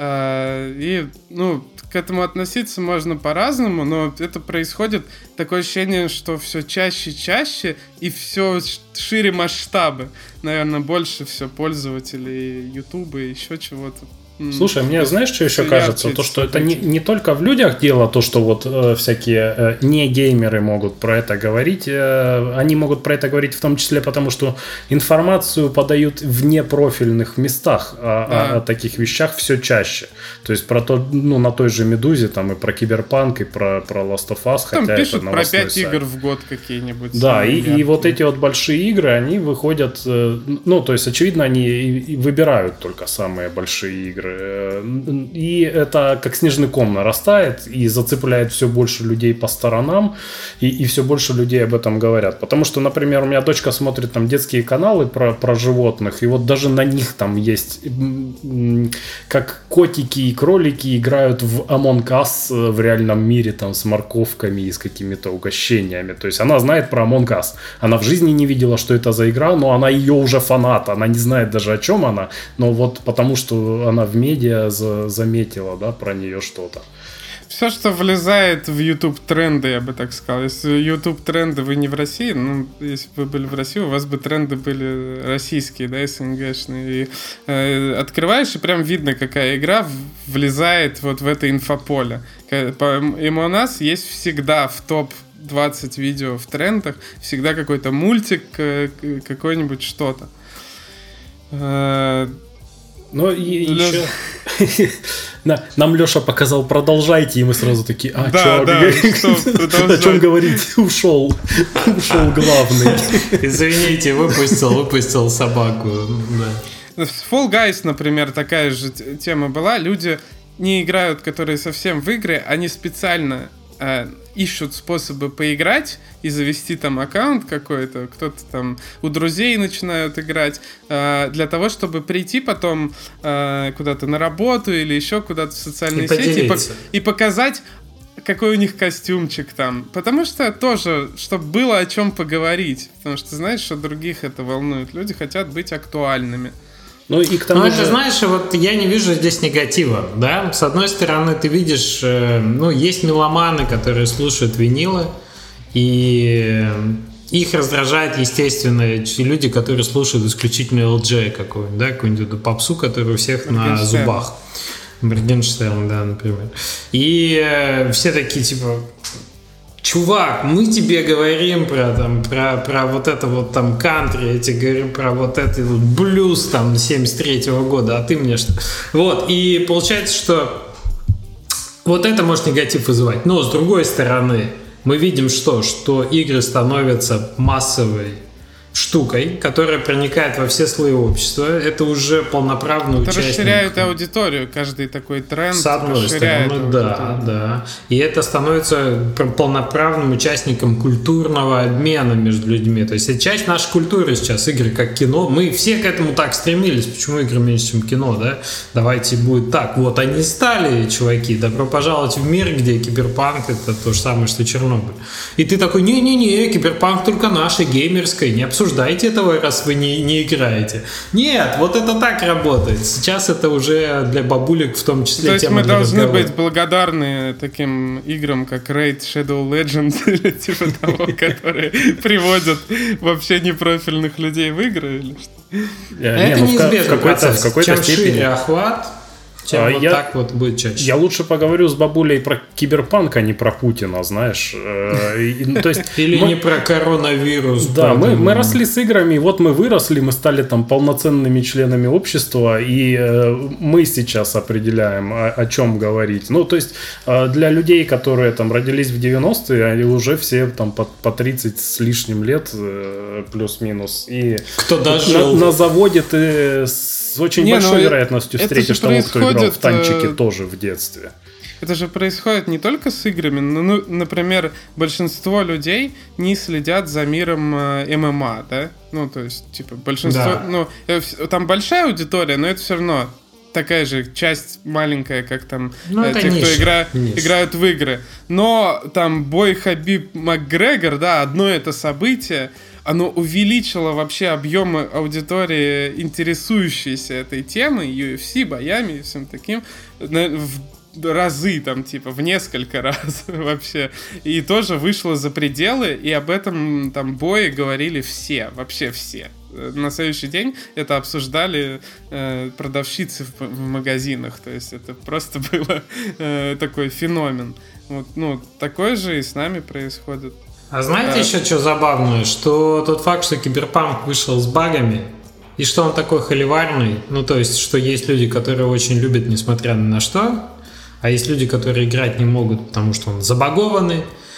А, и, ну, к этому относиться можно по-разному, но это происходит, такое ощущение, что все чаще и чаще, и все шире масштабы. Наверное, больше все пользователей Ютуба и еще чего-то. Слушай, мне знаешь, что еще кажется? То, что это не, не только в людях дело, то, что вот э, всякие э, не геймеры могут про это говорить. Э, они могут про это говорить в том числе потому, что информацию подают в непрофильных местах о, да. о, о таких вещах все чаще. То есть про то, ну, на той же Медузе, там и про Киберпанк, и про, про Last of Us, там хотя пишут это про пять сайт. игр в год какие-нибудь. Да, и, и вот эти вот большие игры, они выходят, э, ну, то есть, очевидно, они и, и выбирают только самые большие игры. И это как снежный ком нарастает и зацепляет все больше людей по сторонам, и, и все больше людей об этом говорят. Потому что, например, у меня дочка смотрит там детские каналы про, про животных, и вот даже на них там есть, как котики и кролики играют в Among Us в реальном мире там с морковками и с какими-то угощениями. То есть она знает про Among Us. Она в жизни не видела, что это за игра, но она ее уже фанат. Она не знает даже, о чем она, но вот потому что она в медиа за, заметила, да, про нее что-то. Все, что влезает в YouTube тренды, я бы так сказал. Если YouTube тренды вы не в России, ну, если бы вы были в России, у вас бы тренды были российские, да, СНГшные. И э, открываешь, и прям видно, какая игра влезает вот в это инфополе. И у нас есть всегда в топ двадцать видео в трендах всегда какой-то мультик, какой-нибудь что-то. Но и Леш... еще нам Леша показал «продолжайте», и мы сразу такие, а, да, чё, да, что, о чем говорить? Ушел, ушел главный. Извините, выпустил, выпустил собаку. Да. В Fall Guys, например, такая же тема была. Люди не играют, которые совсем в игры, они специально э, ищут способы поиграть и завести там аккаунт какой-то, кто-то там у друзей начинают играть, э, для того, чтобы прийти потом э, куда-то на работу или еще куда-то в социальные и сети и, по- и показать, какой у них костюмчик там. Потому что тоже, чтобы было о чем поговорить. Потому что знаешь, что других это волнует. Люди хотят быть актуальными. Ну, и к тому ну, же... это, знаешь, вот я не вижу здесь негатива, да? С одной стороны, ты видишь, э, ну, есть меломаны, которые слушают винилы, и их раздражает, естественно, люди, которые слушают исключительно эл джей какую-нибудь, да, какую-нибудь попсу, которая у всех на зубах. Моргенштерн, да, например. И э, все такие, типа... Чувак, мы тебе говорим про, там, про, про вот это вот там кантри, я тебе говорю про вот этот вот блюз там семьдесят третьего года, а ты мне что? Вот, и получается, что вот это может негатив вызывать. Но с другой стороны, мы видим что? Что игры становятся массовой штукой, которая проникает во все слои общества. Это уже полноправный это участник. Это расширяет аудиторию, каждый такой тренд с одной стороны, да, да. И это становится полноправным участником культурного обмена между людьми. То есть это часть нашей культуры сейчас, игры как кино. Мы все к этому так стремились. Почему игры меньше, чем кино, да? Давайте будет так. Вот они стали, чуваки. Добро пожаловать в мир, где киберпанк — это то же самое, что Чернобыль. И ты такой, не-не-не, киберпанк только наш, геймерский, не обсуждайте. Обсуждайте этого, раз вы не, не играете. Нет, вот это так работает. Сейчас это уже для бабулек в том числе. То есть тема мы для должны разговора. быть благодарны таким играм, как Raid Shadow Legends или типа того, которые приводят вообще непрофильных людей в игры или что? Это неизбежно. В какой-то степени охват, чем а вот я, так вот будет чаще. Я лучше поговорю с бабулей про киберпанк, а не про Путина, знаешь. Или не про коронавирус. Да, мы росли с играми, вот мы выросли, мы стали там полноценными членами общества, и мы сейчас определяем, о чем говорить. Ну, то есть для людей, которые там родились в девяностые, они уже все там по тридцать с лишним лет, плюс-минус. И кто дожил. На заводе ты с очень не, большой вероятностью встретишь того, кто играл в танчики э... тоже в детстве. Это же происходит не только с играми. Ну, например, большинство людей не следят за миром эм эм а, да? Ну, то есть, типа, большинство... Да. Ну, там большая аудитория, но это все равно такая же часть маленькая, как там ну, те, ниша, кто игра... играют в игры. Но там бой Хабиб Макгрегор, да, одно это событие, оно увеличило вообще объемы аудитории, интересующейся этой темой, ю эф си, боями и всем таким, в разы, там, типа, в несколько раз вообще. И тоже вышло за пределы, и об этом там бое говорили все, вообще все. На следующий день это обсуждали э, продавщицы в, в магазинах, то есть это просто было э, такой феномен. Вот, ну, такое же и с нами происходит. А знаете, еще что забавное? Что тот факт, что Киберпанк вышел с багами, и что он такой холиварный, ну, то есть, что есть люди, которые очень любят, несмотря ни на что, а есть люди, которые играть не могут, потому что он забагованный,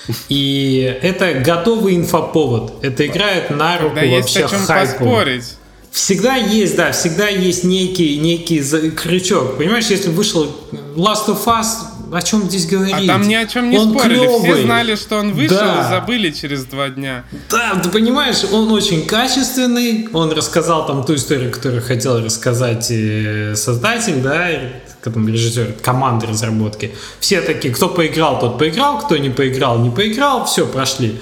и это готовый инфоповод. Это играет на руку да вообще есть о чем хайпу. Поспорить. Всегда есть, да, всегда есть некий, некий крючок. Понимаешь, если вышел Last of Us, о чем здесь говорить? А там ни о чем не он спорили. клёвый. Все знали, что он вышел, да. и забыли через два дня. Да, ты понимаешь, он очень качественный. Он рассказал там ту историю, которую хотел рассказать создатель, да, там, режиссер, команды разработки. Все такие, кто поиграл, тот поиграл, кто не поиграл, не поиграл, все, прошли.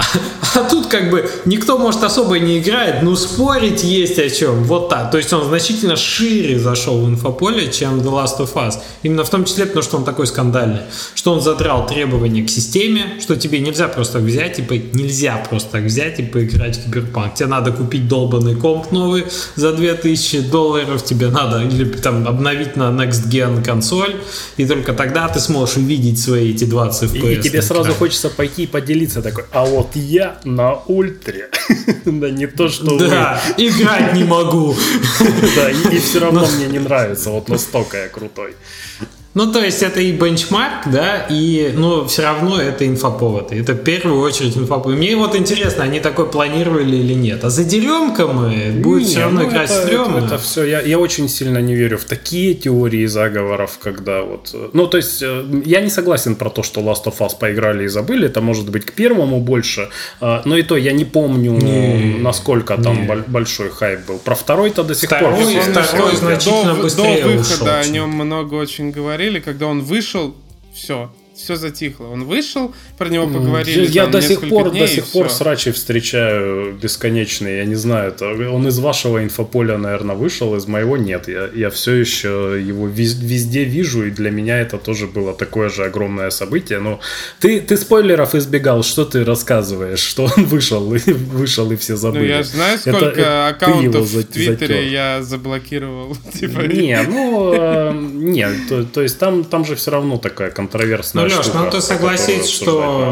А тут как бы никто, может, особо не играет, но спорить есть о чем. Вот так. То есть он значительно шире зашел в инфополе, чем The Last of Us. Именно в том числе, потому что он такой скандальный. Что он задрал требования к системе, что тебе нельзя просто взять и по... нельзя просто так взять и поиграть в Киберпанк. Тебе надо купить долбанный комп новый за две тысячи долларов, тебе надо или там обновить на Next Gen консоль, и только тогда ты сможешь увидеть свои эти двадцать эф пи эс. И тебе сразу хочется пойти и поделиться такой, а вот я на ультре. Да не то, что вы. Да, играть не могу. Да, и все равно мне не нравится, вот настолько я крутой. Ну, то есть это и бенчмарк, да, и, ну, все равно это инфоповод. Это в первую очередь инфоповод. Мне вот интересно, они такое планировали или нет. А задерем-ка мы, будет не, все равно ну, играть стрёмно. Это, это все, я, я очень сильно не верю в такие теории заговоров, когда вот... Ну, то есть, я не согласен про то, что Last of Us поиграли и забыли. Это может быть к первому больше. Но и то, я не помню, не, насколько там не. большой хайп был. Про второй-то до сих второй, пор... Второй, второй значительно до, быстрее до выхода ушел, о нем много очень говорили. Когда он вышел, все, все затихло. Он вышел, про него поговорили. Я там, до сих пор, дней, до сих пор срачи встречаю бесконечные. Я не знаю, это, он из вашего инфополя, наверное, вышел, из моего нет. Я, я все еще его везде вижу, и для меня это тоже было такое же огромное событие. Но ты, ты спойлеров избегал, что ты рассказываешь, что он вышел, и вышел, и все забыли. Ну, я знаю, сколько это, аккаунтов в Твиттере я заблокировал. Типа. Не, ну, э, нет, то, то есть там, там же все равно такая контроверсная ну, Леш, штука. Ну, Леш, ну ты согласись, что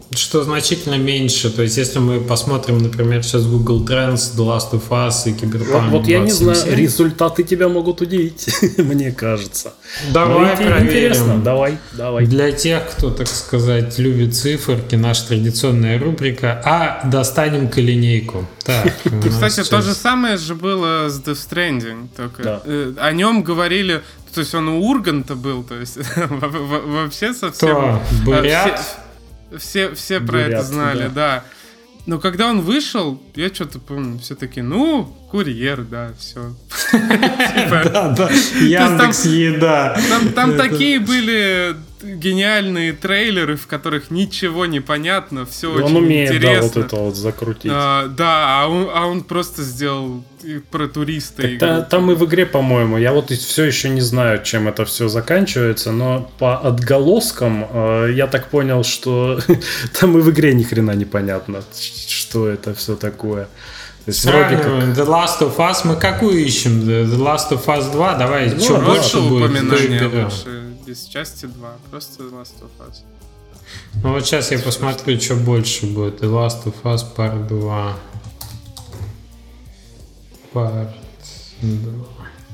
что значительно меньше. То есть, если мы посмотрим, например, сейчас Google Trends, The Last of Us и Cyberpunk Вот, вот я не знаю, результаты тебя могут удивить, мне кажется. Давай проверим. Интересно, давай, давай. Для тех, кто, так сказать, любит циферки, наша традиционная рубрика «А достанем-ка линейку». Так, кстати, сейчас... то же самое же было с Death Stranding. Только да. э, о нем говорили... То есть он у Урганта был, то есть вообще совсем... Кто? Бурят? Все, все, все про Бурят, это знали, да. да. Но когда он вышел, я что-то помню, все таки ну, курьер, да, все. Да, да, Яндекс Еда. Там такие были гениальные трейлеры, в которых ничего не понятно, все очень интересно. Он умеет, да, вот это вот закрутить. Да, а он просто сделал про туриста. Там и в игре, по-моему, я вот все еще не знаю, чем это все заканчивается, но по отголоскам я так понял, что там и в игре ни хрена не понятно, что это все такое. Сравниваем как... The Last of Us. Мы какую ищем? The Last of Us два? Давай, ну, что больше будет? Упоминание лучше из части два. Просто The Last of Us. Ну вот сейчас я посмотрю, что больше будет. The Last of Us Part два. Part два.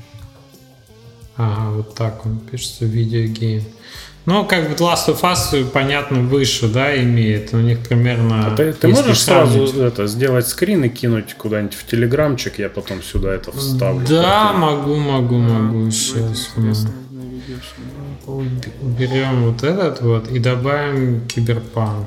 Ага, вот так он пишется. Видеогейм. Ну, как бы The Last of Us, понятно, выше, да, имеет. У них примерно... А ты ты можешь сразу это, сделать скрин и кинуть куда-нибудь в телеграмчик, я потом сюда это вставлю. Да, могу, могу, могу. Сейчас мы уберем вот этот вот и добавим Киберпанк.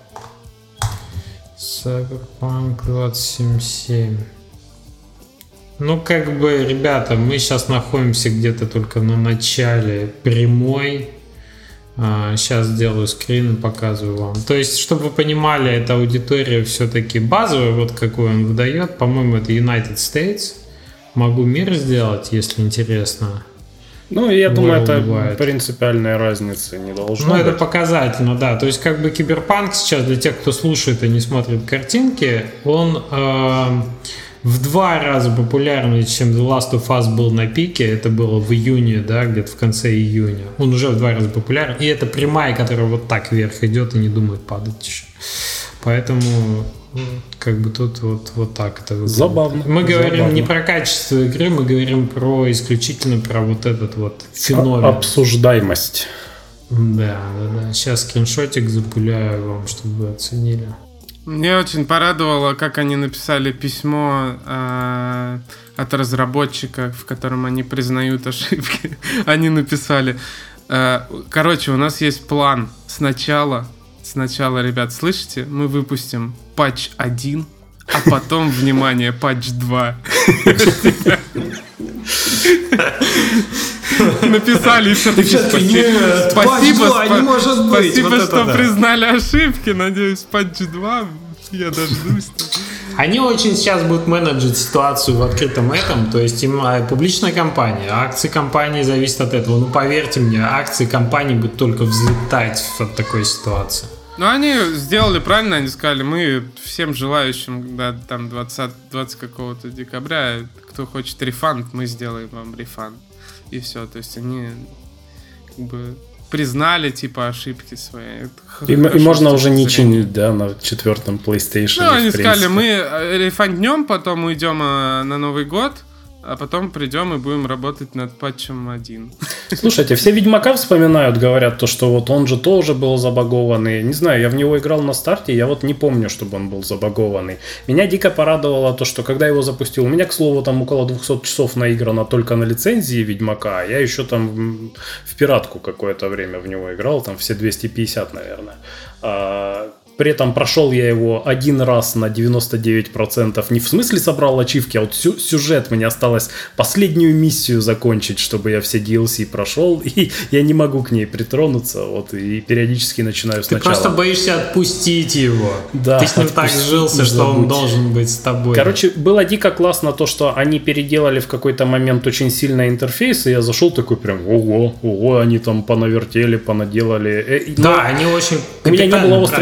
Cyberpunk двадцать семь семь. Ну, как бы, ребята, мы сейчас находимся где-то только на начале прямой. Сейчас сделаю скрин и показываю вам. То есть, чтобы вы понимали, эта аудитория все-таки базовая, вот какую он выдает. По-моему, это United States. Могу мир сделать, если интересно. Ну, я думаю, это принципиальной разницы не должно Ну, быть. это показательно, да. То есть, как бы Киберпанк сейчас, для тех, кто слушает и не смотрит картинки, он... Э- в два раза популярнее, чем The Last of Us был на пике. Это было в июне, да, где-то в конце июня. Он уже в два раза популярен. И это прямая, которая вот так вверх идет и не думает падать еще. Поэтому как бы тут вот, вот так это выглядит. Забавно. Мы говорим Забавно. не про качество игры, мы говорим про исключительно про вот этот вот феномен. Обсуждаемость. Да, да, да. Сейчас скриншотик запуляю вам, чтобы вы оценили. Мне очень порадовало, как они написали письмо э, от разработчика, в котором они признают ошибки. Они написали, э, короче, у нас есть план. Сначала, сначала, ребят, слышите, мы выпустим патч один, а потом, внимание, патч два. Написали еще такие, спасибо, спасибо, спасибо, что признали ошибки. Надеюсь, патч два я дождусь. Они очень сейчас будут менеджить ситуацию в открытом этом, то есть им публичная компания, акции компании зависят от этого. Ну, поверьте мне, акции компании будут только взлетать от такой ситуации. Ну, они сделали правильно, они сказали, мы всем желающим, да, там двадцать, двадцать какого-то декабря, кто хочет рефанд, мы сделаем вам рефанд. И все, то есть они как бы признали типа ошибки свои. И, и можно уже не чинить, да, на четвертом PlayStation. Ну, они сказали, мы рефанднем, потом уйдем на Новый год, а потом придем и будем работать над патчем один. Слушайте, все Ведьмака вспоминают, говорят, то, что вот он же тоже был забагованный. Не знаю, я в него играл на старте, я вот не помню, чтобы он был забагованный. Меня дико порадовало то, что когда его запустил, у меня, к слову, там около двухсот часов наиграно только на лицензии Ведьмака, я еще там в пиратку какое-то время в него играл, там все двести пятьдесят, наверное. При этом прошел я его один раз на девяносто девять процентов. Не в смысле собрал ачивки, а вот сю- сюжет. Мне осталось последнюю миссию закончить, чтобы я все ди эл си прошел. И я не могу к ней притронуться. Вот, и периодически начинаю Ты сначала. Ты просто боишься отпустить его. Да, Ты с ним так сжился, что забудь. Он должен быть с тобой. Короче, было дико классно то, что они переделали в какой-то момент очень сильно интерфейс. И я зашел такой прям, ого, ого, они там понавертели, понаделали. Да, Но они очень... У меня не было острой необходимости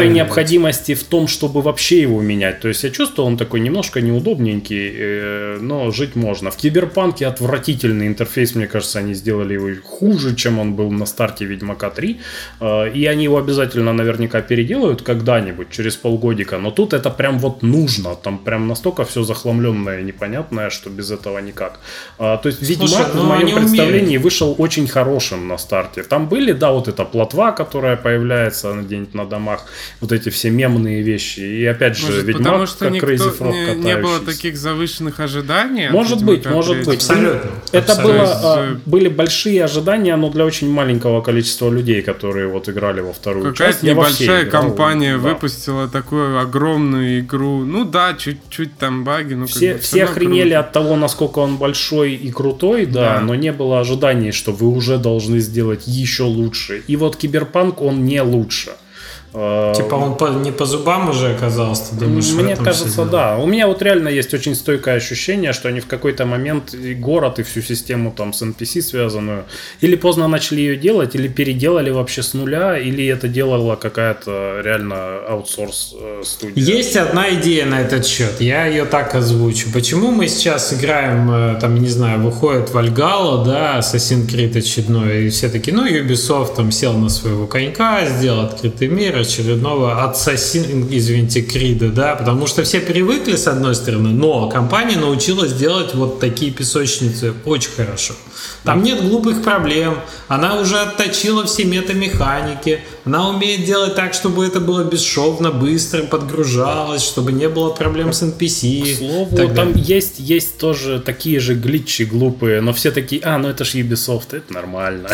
необходимости в том, чтобы вообще его менять. То есть я чувствую, он такой немножко неудобненький, э, но жить можно. В Киберпанке отвратительный интерфейс, мне кажется, они сделали его хуже, чем он был на старте Ведьмака три. Э, и они его обязательно наверняка переделают когда-нибудь, через полгодика. Но тут это прям вот нужно. Там прям настолько все захламленное и непонятное, что без этого никак. Э, то есть Ведьмак, Слушай, в моем представлении, умеют. вышел очень хорошим на старте. Там были, да, вот эта плотва, которая появляется где-нибудь на домах, вот эти все мемные вещи. И опять же, может, Ведьмак, потому что как никто, Crazy Frog не, не было таких завышенных ожиданий. Может быть, может быть. Абсолютно. Это Абсолютно. Было, а, были большие ожидания, но для очень маленького количества людей, которые вот играли во вторую Какая-то часть. Я небольшая играл, компания да. выпустила такую огромную игру. Ну да, чуть-чуть там баги. Но все как бы все охренели круто. От того, насколько он большой и крутой, да, да, но не было ожиданий, что вы уже должны сделать еще лучше. И вот Киберпанк, он не лучше. Типа он по, не по зубам уже оказался, ты думаешь? Мне кажется, да. У меня вот реально есть очень стойкое ощущение, что они в какой-то момент и город, и всю систему там с эн пи си связанную, или поздно начали ее делать, или переделали вообще с нуля, или это делала какая-то реально аутсорс студия. Есть одна идея на этот счет, я ее так озвучу. Почему мы сейчас играем, там, не знаю, выходит Valhalla, да, Assassin's Creed очередной, и все такие, ну, Ubisoft там сел на своего конька, сделал открытый мир, очередного Assassin's, извините, Крида, да, потому что все привыкли с одной стороны, но компания научилась делать вот такие песочницы очень хорошо. Там нет глупых проблем, она уже отточила все метамеханики, она умеет делать так, чтобы это было бесшовно, быстро подгружалось, чтобы не было проблем с эн пи си. К слову, там есть, есть тоже такие же глитчи глупые, но все такие, а, ну это ж Ubisoft, это нормально.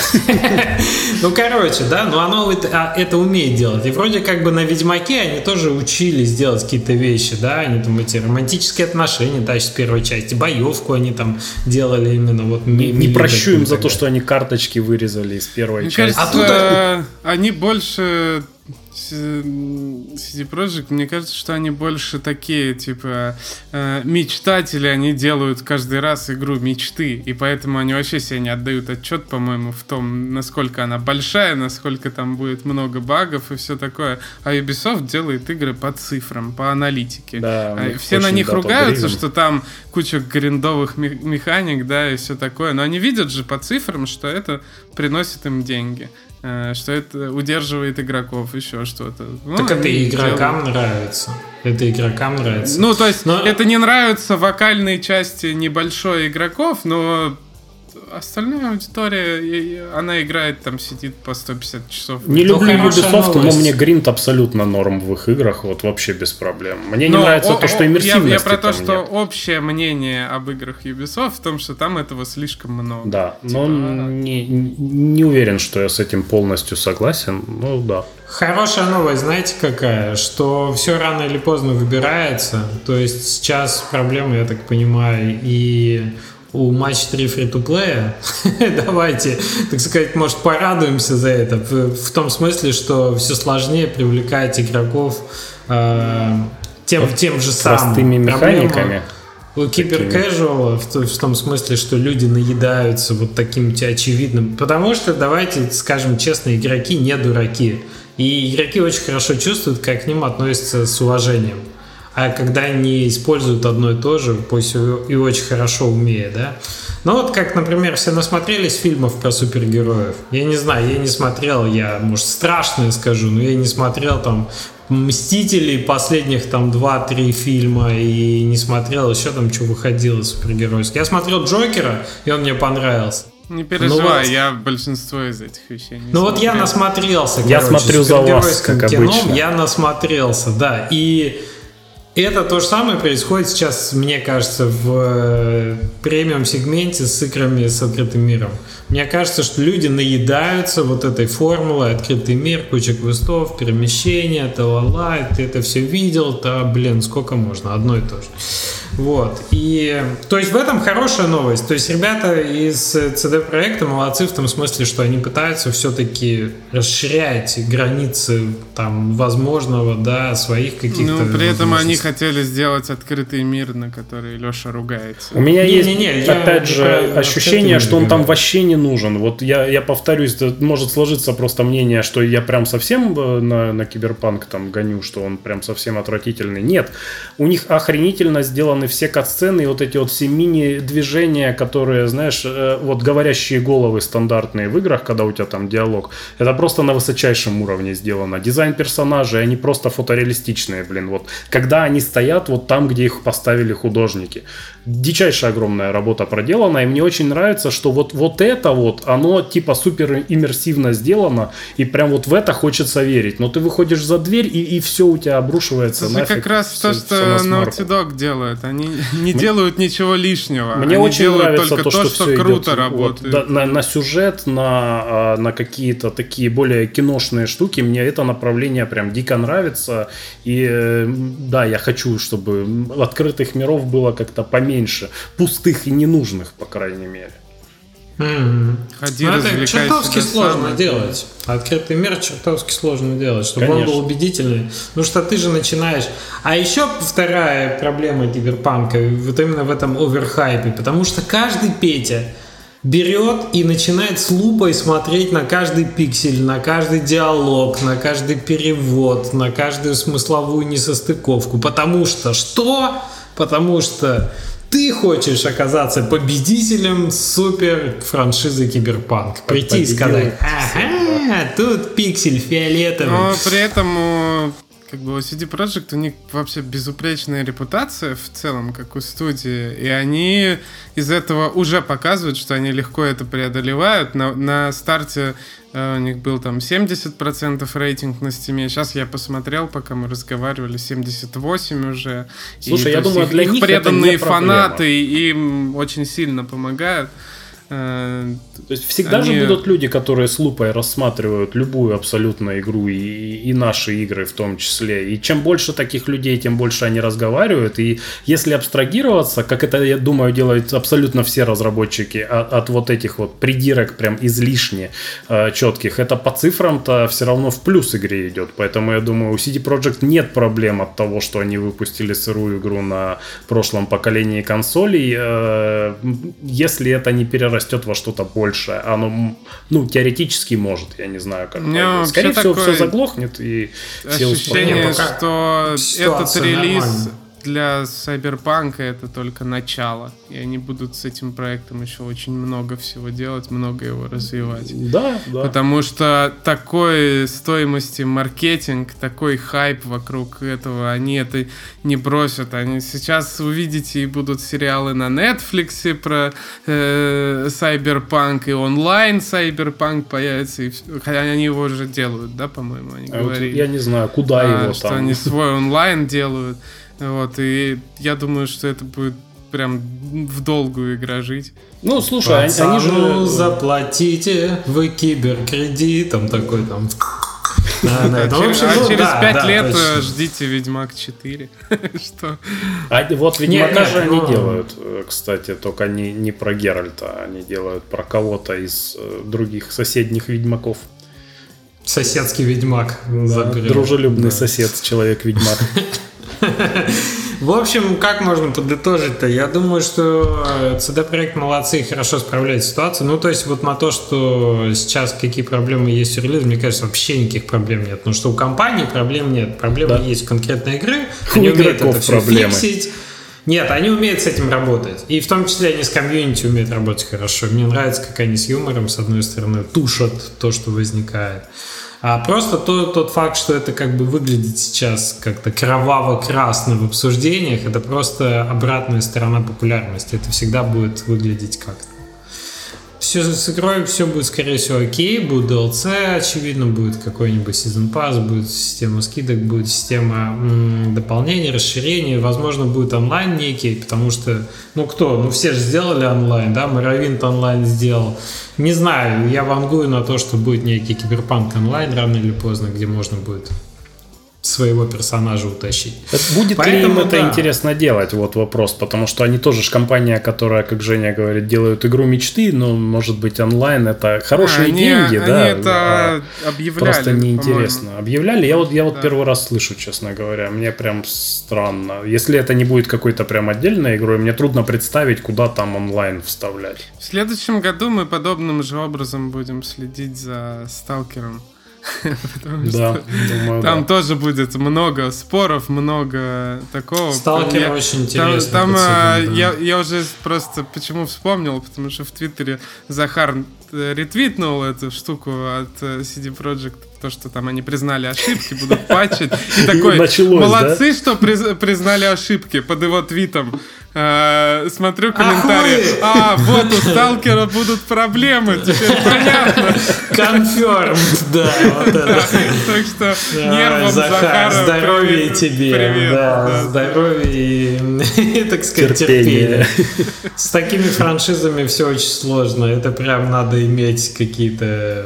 Ну, короче, да, но оно это умеет делать. И вроде как бы на Ведьмаке они тоже учились делать какие-то вещи, да, они там эти романтические отношения, дальше с первой части, боевку они там делали именно вот... Не, не прощу им за то, что они карточки вырезали из первой Мне части. Кажется, а тут они больше... си ди Projekt, мне кажется, что они больше такие, типа, э, мечтатели, они делают каждый раз игру мечты, и поэтому они вообще себе не отдают отчет, по-моему, в том, насколько она большая, насколько там будет много багов и все такое. А Ubisoft делает игры по цифрам, по аналитике. Да, все на них ругаются, что там куча гриндовых механик, да, и все такое, но они видят же по цифрам, что это приносит им деньги. Что это удерживает игроков, еще что-то. Ну, так это игрокам делают. нравится. Это игрокам нравится. Ну, то есть, но... это не нравится вокальной части небольшой игроков, но остальная аудитория, она играет, там сидит по сто пятьдесят часов. Не люблю Ubisoft, но мне гринд абсолютно норм в их играх, вот вообще без проблем. Мне но не нравится о, то, что иммерсивности Я, я про то, там что нет. Общее мнение об играх Ubisoft в том, что там этого слишком много. Да, типа, но не, не уверен, что я с этим полностью согласен, ну да. Хорошая новость, знаете какая? Что все рано или поздно выбирается, то есть сейчас проблема, я так понимаю, и... у матч три фри-то-плея, давайте, так сказать, может, порадуемся за это, в, в том смысле, что все сложнее привлекать игроков э, тем, тем же самым. Простыми механиками. У киберкэжуала в, в том смысле, что люди наедаются вот таким очевидным, потому что, давайте скажем честно, игроки не дураки, и игроки очень хорошо чувствуют, как к ним относятся с уважением. А когда они используют одно и то же, пусть и очень хорошо умея, да. Ну вот как, например, все насмотрелись фильмов про супергероев. Я не знаю, я не смотрел, я, может, страшное скажу, но я не смотрел там «Мстителей» последних там два-три фильма и не смотрел еще там, что выходило супергеройское. Я смотрел «Джокера», и он мне понравился. Не переживай, ну, вот, я большинство из этих вещей не Ну смотрел. вот я насмотрелся, я короче, смотрю за вас, как кино, обычно. Я насмотрелся, да, и... это то же самое происходит сейчас, мне кажется, в премиум-сегменте с играми с открытым миром. Мне кажется, что люди наедаются вот этой формулой, открытый мир, куча квестов, перемещения, та-ла-ла, ты это все видел, то, блин, сколько можно, одно и то же. Вот. И, то есть в этом хорошая новость. То есть ребята из си ди Проекта молодцы в том смысле, что они пытаются все-таки расширять границы там возможного, да, своих каких-то. Ну, при этом они хотели сделать открытый мир, на который Леша ругается. У меня не, есть, не, не, опять же, ощущение, что он там вообще не нужен. Вот я, я повторюсь, может сложиться просто мнение, что я прям совсем на, на Киберпанк там гоню, что он прям совсем отвратительный. Нет, у них охренительно сделаны все катсцены и вот эти вот все мини-движения, которые, знаешь, вот говорящие головы стандартные в играх, когда у тебя там диалог, это просто на высочайшем уровне сделано. Дизайн персонажей, они просто фотореалистичные, блин, вот. Когда они стоят вот там, где их поставили художники. Дичайшая огромная работа проделана, и мне очень нравится, что вот, вот это вот, оно типа супер иммерсивно сделано, и прям вот в это хочется верить. Но ты выходишь за дверь, и, и все у тебя обрушивается. Это как раз все, то, что Naughty Dog делает. Они не мне, делают ничего лишнего. Мне Они очень нравится только то, что, то, что все круто идет, работает. Вот, да, на, на сюжет, на, на какие-то такие более киношные штуки. Мне это направление прям дико нравится. И да, я хочу, чтобы открытых миров было как-то поменьше. Пустых и ненужных, по крайней мере. Mm-hmm. Ходи, ну, это чертовски сложно сам. делать. Открытый мир чертовски сложно делать, чтобы Конечно. он был убедительный. Ну что ты же начинаешь. А еще вторая проблема Киберпанка вот именно в этом оверхайпе, потому что каждый Петя берет и начинает с лупой смотреть на каждый пиксель, на каждый диалог, на каждый перевод, на каждую смысловую несостыковку. Потому что что? Потому что ты хочешь оказаться победителем супер франшизы Киберпанк. Прийти и сказать, ага, тут пиксель фиолетовый. Но при этом как бы у си ди Projekt у них вообще безупречная репутация в целом, как у студии, и они из этого уже показывают, что они легко это преодолевают. На, на старте э, у них был там семьдесят процентов рейтинг на Steam, сейчас я посмотрел, пока мы разговаривали, семьдесят восемь процентов уже. Слушай, и, я думаю, их, для их них преданные это не фанаты им очень сильно помогают. То есть всегда Они... же будут люди, которые с лупой рассматривают любую абсолютно игру, и, и наши игры в том числе. И чем больше таких людей, тем больше они разговаривают. И если абстрагироваться, как это, я думаю, делают абсолютно все разработчики, от, от вот этих вот придирок прям излишне э, четких, это по цифрам-то все равно в плюс игре идет. Поэтому я думаю, у си ди Projekt нет проблем от того, что они выпустили сырую игру на прошлом поколении консолей, э, если это не перерастет растет во что-то большее. Оно, ну, теоретически может, я не знаю, как. Не, Скорее всего, все заглохнет и все ощущение, что этот релиз нормально. Для Cyberpunk это только начало. И они будут с этим проектом еще очень много всего делать, много его развивать. Да, да. Потому что такой стоимости маркетинг, такой хайп вокруг этого, они это не бросят. Они сейчас увидите и будут сериалы на Netflix про э, Cyberpunk, и онлайн Cyberpunk появится. И, хотя они его уже делают, да, по-моему, они а говорили. Вот я не знаю, куда а, его что там. Что они свой онлайн делают. Вот, и я думаю, что это будет прям в долгую игра жить. Ну, слушай, Пацану они же... заплатите вы киберкредитом такой там... А через пять лет ждите Ведьмак четыре. Что? А вот Ведьмака же они делают, кстати, только не про Геральта, они делают про кого-то из других соседних Ведьмаков. Соседский Ведьмак. Дружелюбный сосед, человек-ведьмак. В общем, как можно подытожить-то? Я думаю, что си ди Projekt молодцы и хорошо справляют ситуацию. Ну, то есть, вот на то, что сейчас какие проблемы есть у релиза, мне кажется, вообще никаких проблем нет. Потому что у компании проблем нет. Проблемы да. есть у конкретной игры. Они у умеют это все проблемы. фиксить. Нет, они умеют с этим работать. И в том числе они с комьюнити умеют работать хорошо. Мне нравится, как они с юмором, с одной стороны, тушат то, что возникает. А просто то, тот факт, что это как бы выглядит сейчас как-то кроваво-красно в обсуждениях, это просто обратная сторона популярности. Это всегда будет выглядеть как-то. Все с игрой, все будет, скорее всего, окей. Будет ди эл си, очевидно, будет какой-нибудь Season Pass, будет система скидок, будет система м- дополнений, расширений. Возможно, будет онлайн некий, потому что, ну кто? Ну все же сделали онлайн, да? Morrowind онлайн сделал. Не знаю, я вангую на то, что будет некий Киберпанк онлайн рано или поздно, где можно будет своего персонажа утащить. Будет Поэтому, ли им это да. интересно делать? Вот вопрос. Потому что они тоже ж компания, которая, как Женя говорит, делают игру мечты, но, может быть, онлайн это хорошие они, деньги, они да? это а объявляли, просто неинтересно. по-моему. Объявляли? Я вот, я вот Да. первый раз слышу, честно говоря. Мне прям странно. Если это не будет какой-то прям отдельной игрой, мне трудно представить, куда там онлайн вставлять. В следующем году мы подобным же образом будем следить за Сталкером. Потому Да, что думаю, там да. тоже будет много споров, много такого. Сталкер Я- очень Там, интересный. там, а, пацан, да. я, я уже просто почему вспомнил, потому что в Твиттере Захар э, ретвитнул эту штуку от э, си ди Projekt, то, что там они признали ошибки, будут патчить. И такой, началось, молодцы, что приз- признали ошибки под его твитом. Э, смотрю комментарии. Ахуй! А, вот у Сталкера будут проблемы, теперь понятно. Confirmed, да, вот это. Так что Ай, нервам Захар, Захара здоровья привет. тебе, Привет, да, да. здоровья и, так сказать, Терпение. терпения. С такими франшизами все очень сложно. Это прям надо иметь какие-то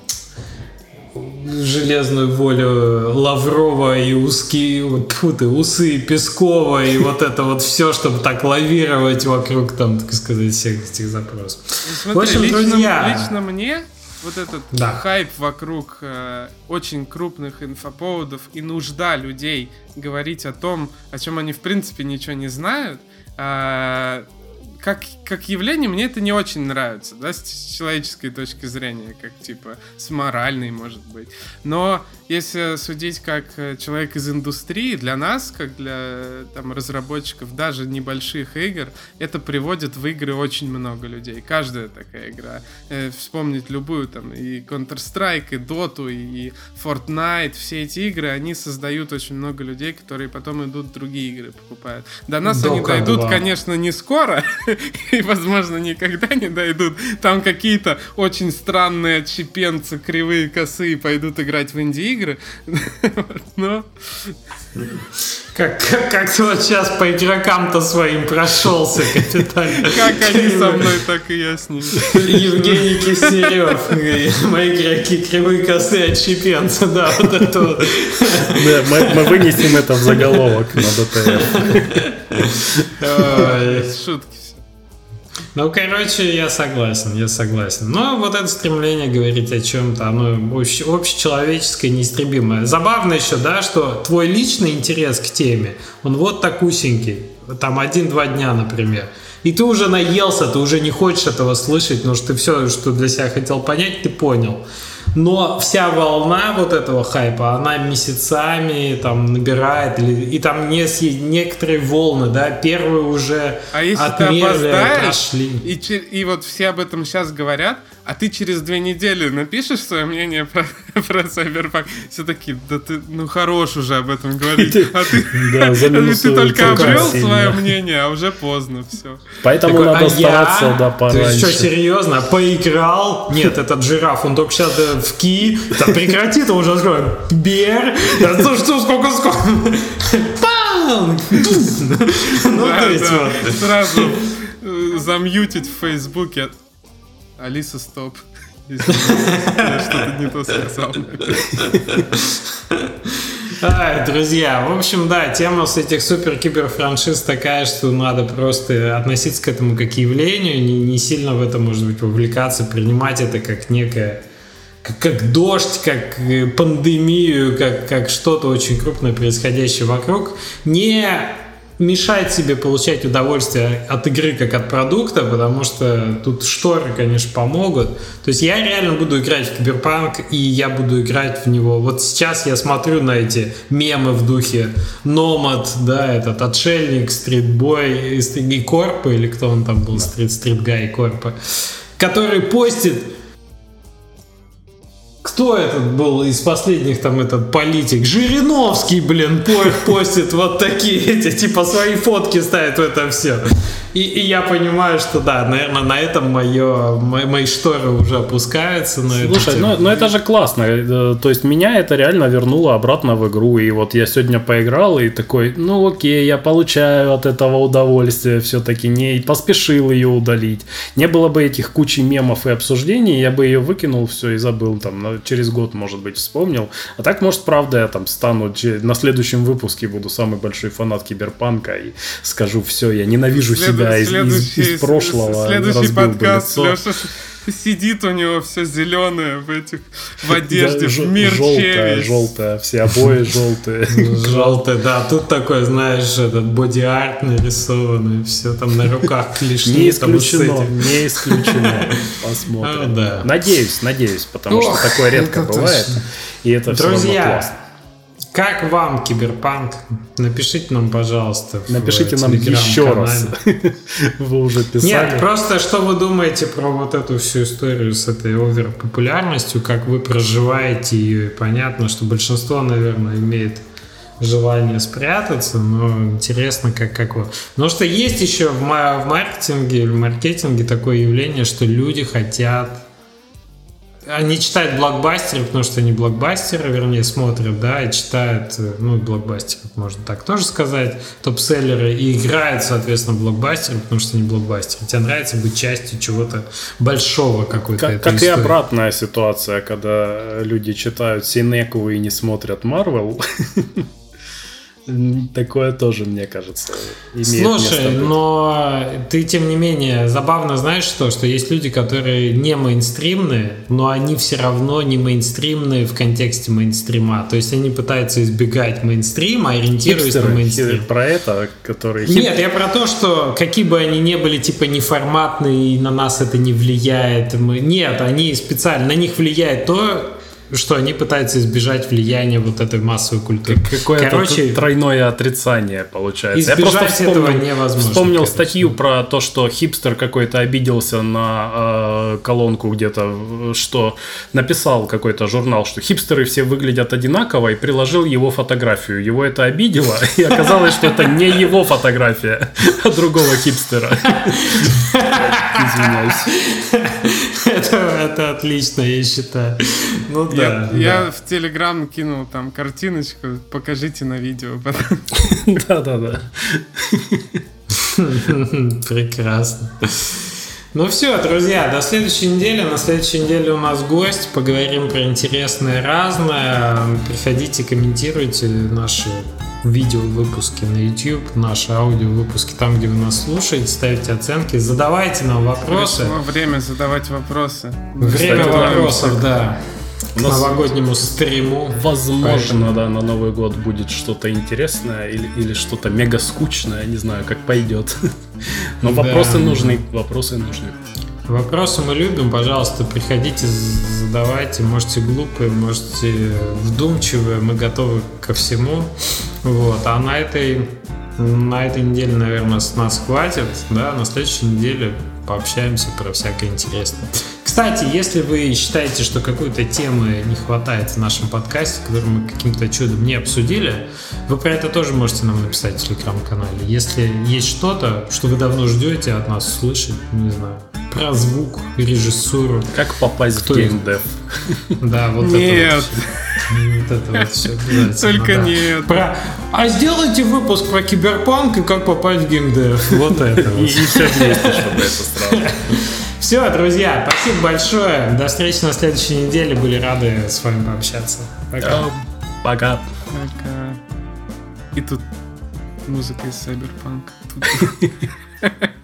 железную волю Лаврова и узкие, тьфу ты, усы Пескова и вот это вот все, чтобы так лавировать вокруг там, так сказать, всех этих запросов. Смотри, В общем, лично, друзья, лично мне вот этот Да. хайп вокруг э, очень крупных инфоповодов и нужда людей говорить о том, о чем они в принципе ничего не знают, э, как, как явление мне это не очень нравится, да, с, с человеческой точки зрения, как типа с моральной, может быть. Но если судить как э, человек из индустрии, для нас, как для э, там, разработчиков даже небольших игр, это приводит в игры очень много людей. Каждая такая игра. Э, вспомнить любую там и Counter-Strike, и Dota, и Fortnite, все эти игры, они создают очень много людей, которые потом идут другие игры покупают. До нас они Дока дойдут, два. конечно, не скоро, и, возможно, никогда не дойдут. Там какие-то очень странные отщепенцы, кривые, косые пойдут играть в инди-игры. Но как, как, как ты вот сейчас по игрокам-то своим прошелся капитально. как они со мной, так и я с ними. Евгений Киселев, мои игроки кривые косые отщепенцы, да, вот это вот. Да, мы, мы вынесем это в заголовок на ДТФ. Ой. Шутки все. Ну, короче, я согласен, я согласен. Но вот это стремление говорить о чем-то, оно обще- общечеловеческое, неистребимое. Забавно еще, да, что твой личный интерес к теме, он вот такусенький, там один-два дня, например. И ты уже наелся, ты уже не хочешь этого слышать, потому что ты все, что для себя хотел понять, ты понял. Но вся волна вот этого хайпа, она месяцами там набирает, или, и там не, некоторые волны, да, первые уже А если ты отмерли, опоздаешь, прошли. и, че- и вот все об этом сейчас говорят, а ты через две недели напишешь свое мнение про, про Cyberpunk, все такие, да ты, ну хорош уже об этом говорить, а ты, Да, ты заминусуют только очень обрел сильно. свое мнение, а уже поздно все. Поэтому Такой, надо а стараться, я? да, Ты пораньше. что, серьезно? Поиграл? Нет, этот жираф, он только сейчас э, в ки. Да прекрати, ты уже скоро. Бер. Да что, что, сколько, сколько? Пам! Ну, Да, то есть да, вот. сразу э, замьютить в Фейсбуке. Алиса, стоп. Если я что-то не то сказал. Ай, друзья, в общем, да, тема с этих супер-кибер-франшиз такая, что надо просто относиться к этому как к явлению, не, не сильно в это, может быть, вовлекаться, принимать это как некое, как, как дождь, как э, пандемию, как, как что-то очень крупное, происходящее вокруг. Не мешать себе получать удовольствие от игры как от продукта, потому что тут шторы, конечно, помогут. То есть я реально буду играть в Киберпанк, и я буду играть в него. Вот сейчас я смотрю на эти мемы в духе Номад, да, этот отшельник, стритбой и Корпа, или кто он там был, стрит стритгай и Корпа, который постит. Кто этот был из последних, там, этот политик? Жириновский, блин, постит вот такие эти, типа, свои фотки ставит в это все. И, и я понимаю, что да, наверное, на этом мое, мои шторы уже опускаются. На Слушай, ну, ну это же классно. То есть меня это реально вернуло обратно в игру. И вот я сегодня поиграл и такой, ну окей, я получаю от этого удовольствие все-таки. Не поспешил ее удалить. Не было бы этих кучи мемов и обсуждений, я бы ее выкинул, все, и забыл. Там, через год, может быть, вспомнил. А так, может, правда, я там стану на следующем выпуске буду самый большой фанат Киберпанка и скажу, все, я ненавижу След... себя из, из, из прошлого. Следующий подкаст, Леша сидит, у него все зеленое в этих в одежде, в мерче. Желтая, желтая, все обои желтые. Желтая, да, тут такой, знаешь, этот боди-арт нарисованный, все там на руках клешни. Не исключено, не исключено. Посмотрим. Надеюсь, надеюсь, потому что такое редко бывает, и это все равно классно. Как вам Киберпанк? Напишите нам, пожалуйста. Напишите нам еще раз. Вы уже писали. Нет, просто что вы думаете про вот эту всю историю с этой оверпопулярностью, как вы проживаете ее. И понятно, что большинство, наверное, имеет желание спрятаться, но интересно, как, как вы. Потому что есть еще в маркетинге, в маркетинге такое явление, что люди хотят... Они читают блокбастеры, потому что они блокбастеры, вернее, смотрят, да, и читают, ну, блокбастеры, можно так тоже сказать, топ-селлеры, и играют, соответственно, блокбастеры, потому что они блокбастеры. Тебе нравится быть частью чего-то большого какой-то. Как, как и обратная ситуация, когда люди читают Синеку и не смотрят Марвел. Такое тоже, мне кажется, имеет Слушай, место быть. Но ты, тем не менее, забавно знаешь что? Что есть люди, которые не мейнстримные, но они все равно не мейнстримные в контексте мейнстрима. То есть они пытаются избегать мейнстрима, ориентируясь Хипстеры, на мейнстрим. Про это, которые... Нет, я про то, что какие бы они ни были, типа, неформатные, и на нас это не влияет. Мы... Нет, они специально, на них влияет то... что они пытаются избежать влияния вот этой массовой культуры. Какое-то короче, тройное отрицание получается. Избежать Я просто вспомнил, этого невозможно. Вспомнил короче. статью про то, что хипстер какой-то обиделся на э, колонку где-то, что написал какой-то журнал, что хипстеры все выглядят одинаково, и приложил его фотографию. Его это обидело, и оказалось, что это не его фотография, а другого хипстера. Извиняюсь. Это, это отлично, я считаю. Ну да. Я, да. я в Телеграм кинул там картиночку, покажите на видео. Да-да-да. Прекрасно. Ну все, друзья, до следующей недели. На следующей неделе у нас гость. Поговорим про интересное, разное. Приходите, комментируйте наши видео-выпуски на YouTube, наши аудио-выпуски там, где вы нас слушаете, ставите оценки, задавайте нам вопросы. Пришло время задавать вопросы. Время Кстати, вопросов, да. К новогоднему стриму. Возможно, Поэтому... да, на Новый год будет что-то интересное или, или что-то мега скучное, не знаю, как пойдет. Но да. вопросы нужны, вопросы нужны. Вопросы мы любим, пожалуйста, приходите, задавайте, можете глупые, можете вдумчивые, мы готовы ко всему. Вот. А на этой, на этой неделе, наверное, с нас хватит, да, на следующей неделе пообщаемся про всякое интересное. Кстати, если вы считаете, что какой-то темы не хватает в нашем подкасте, которую мы каким-то чудом не обсудили, вы про это тоже можете нам написать в Телеграм-канале. Если есть что-то, что вы давно ждете от нас услышать, не знаю, про звук, режиссуру. Как попасть Кто в геймдев? Да, вот нет. это вот. Вот это вот все. Только нет. Про... А сделайте выпуск про киберпанк и как попасть в геймдев. Вот это вот. И все вместе, чтобы это сразу. Все, друзья, спасибо большое. До встречи на следующей неделе. Были рады с вами пообщаться. Пока. Пока. Пока. И тут музыка из Cyberpunk.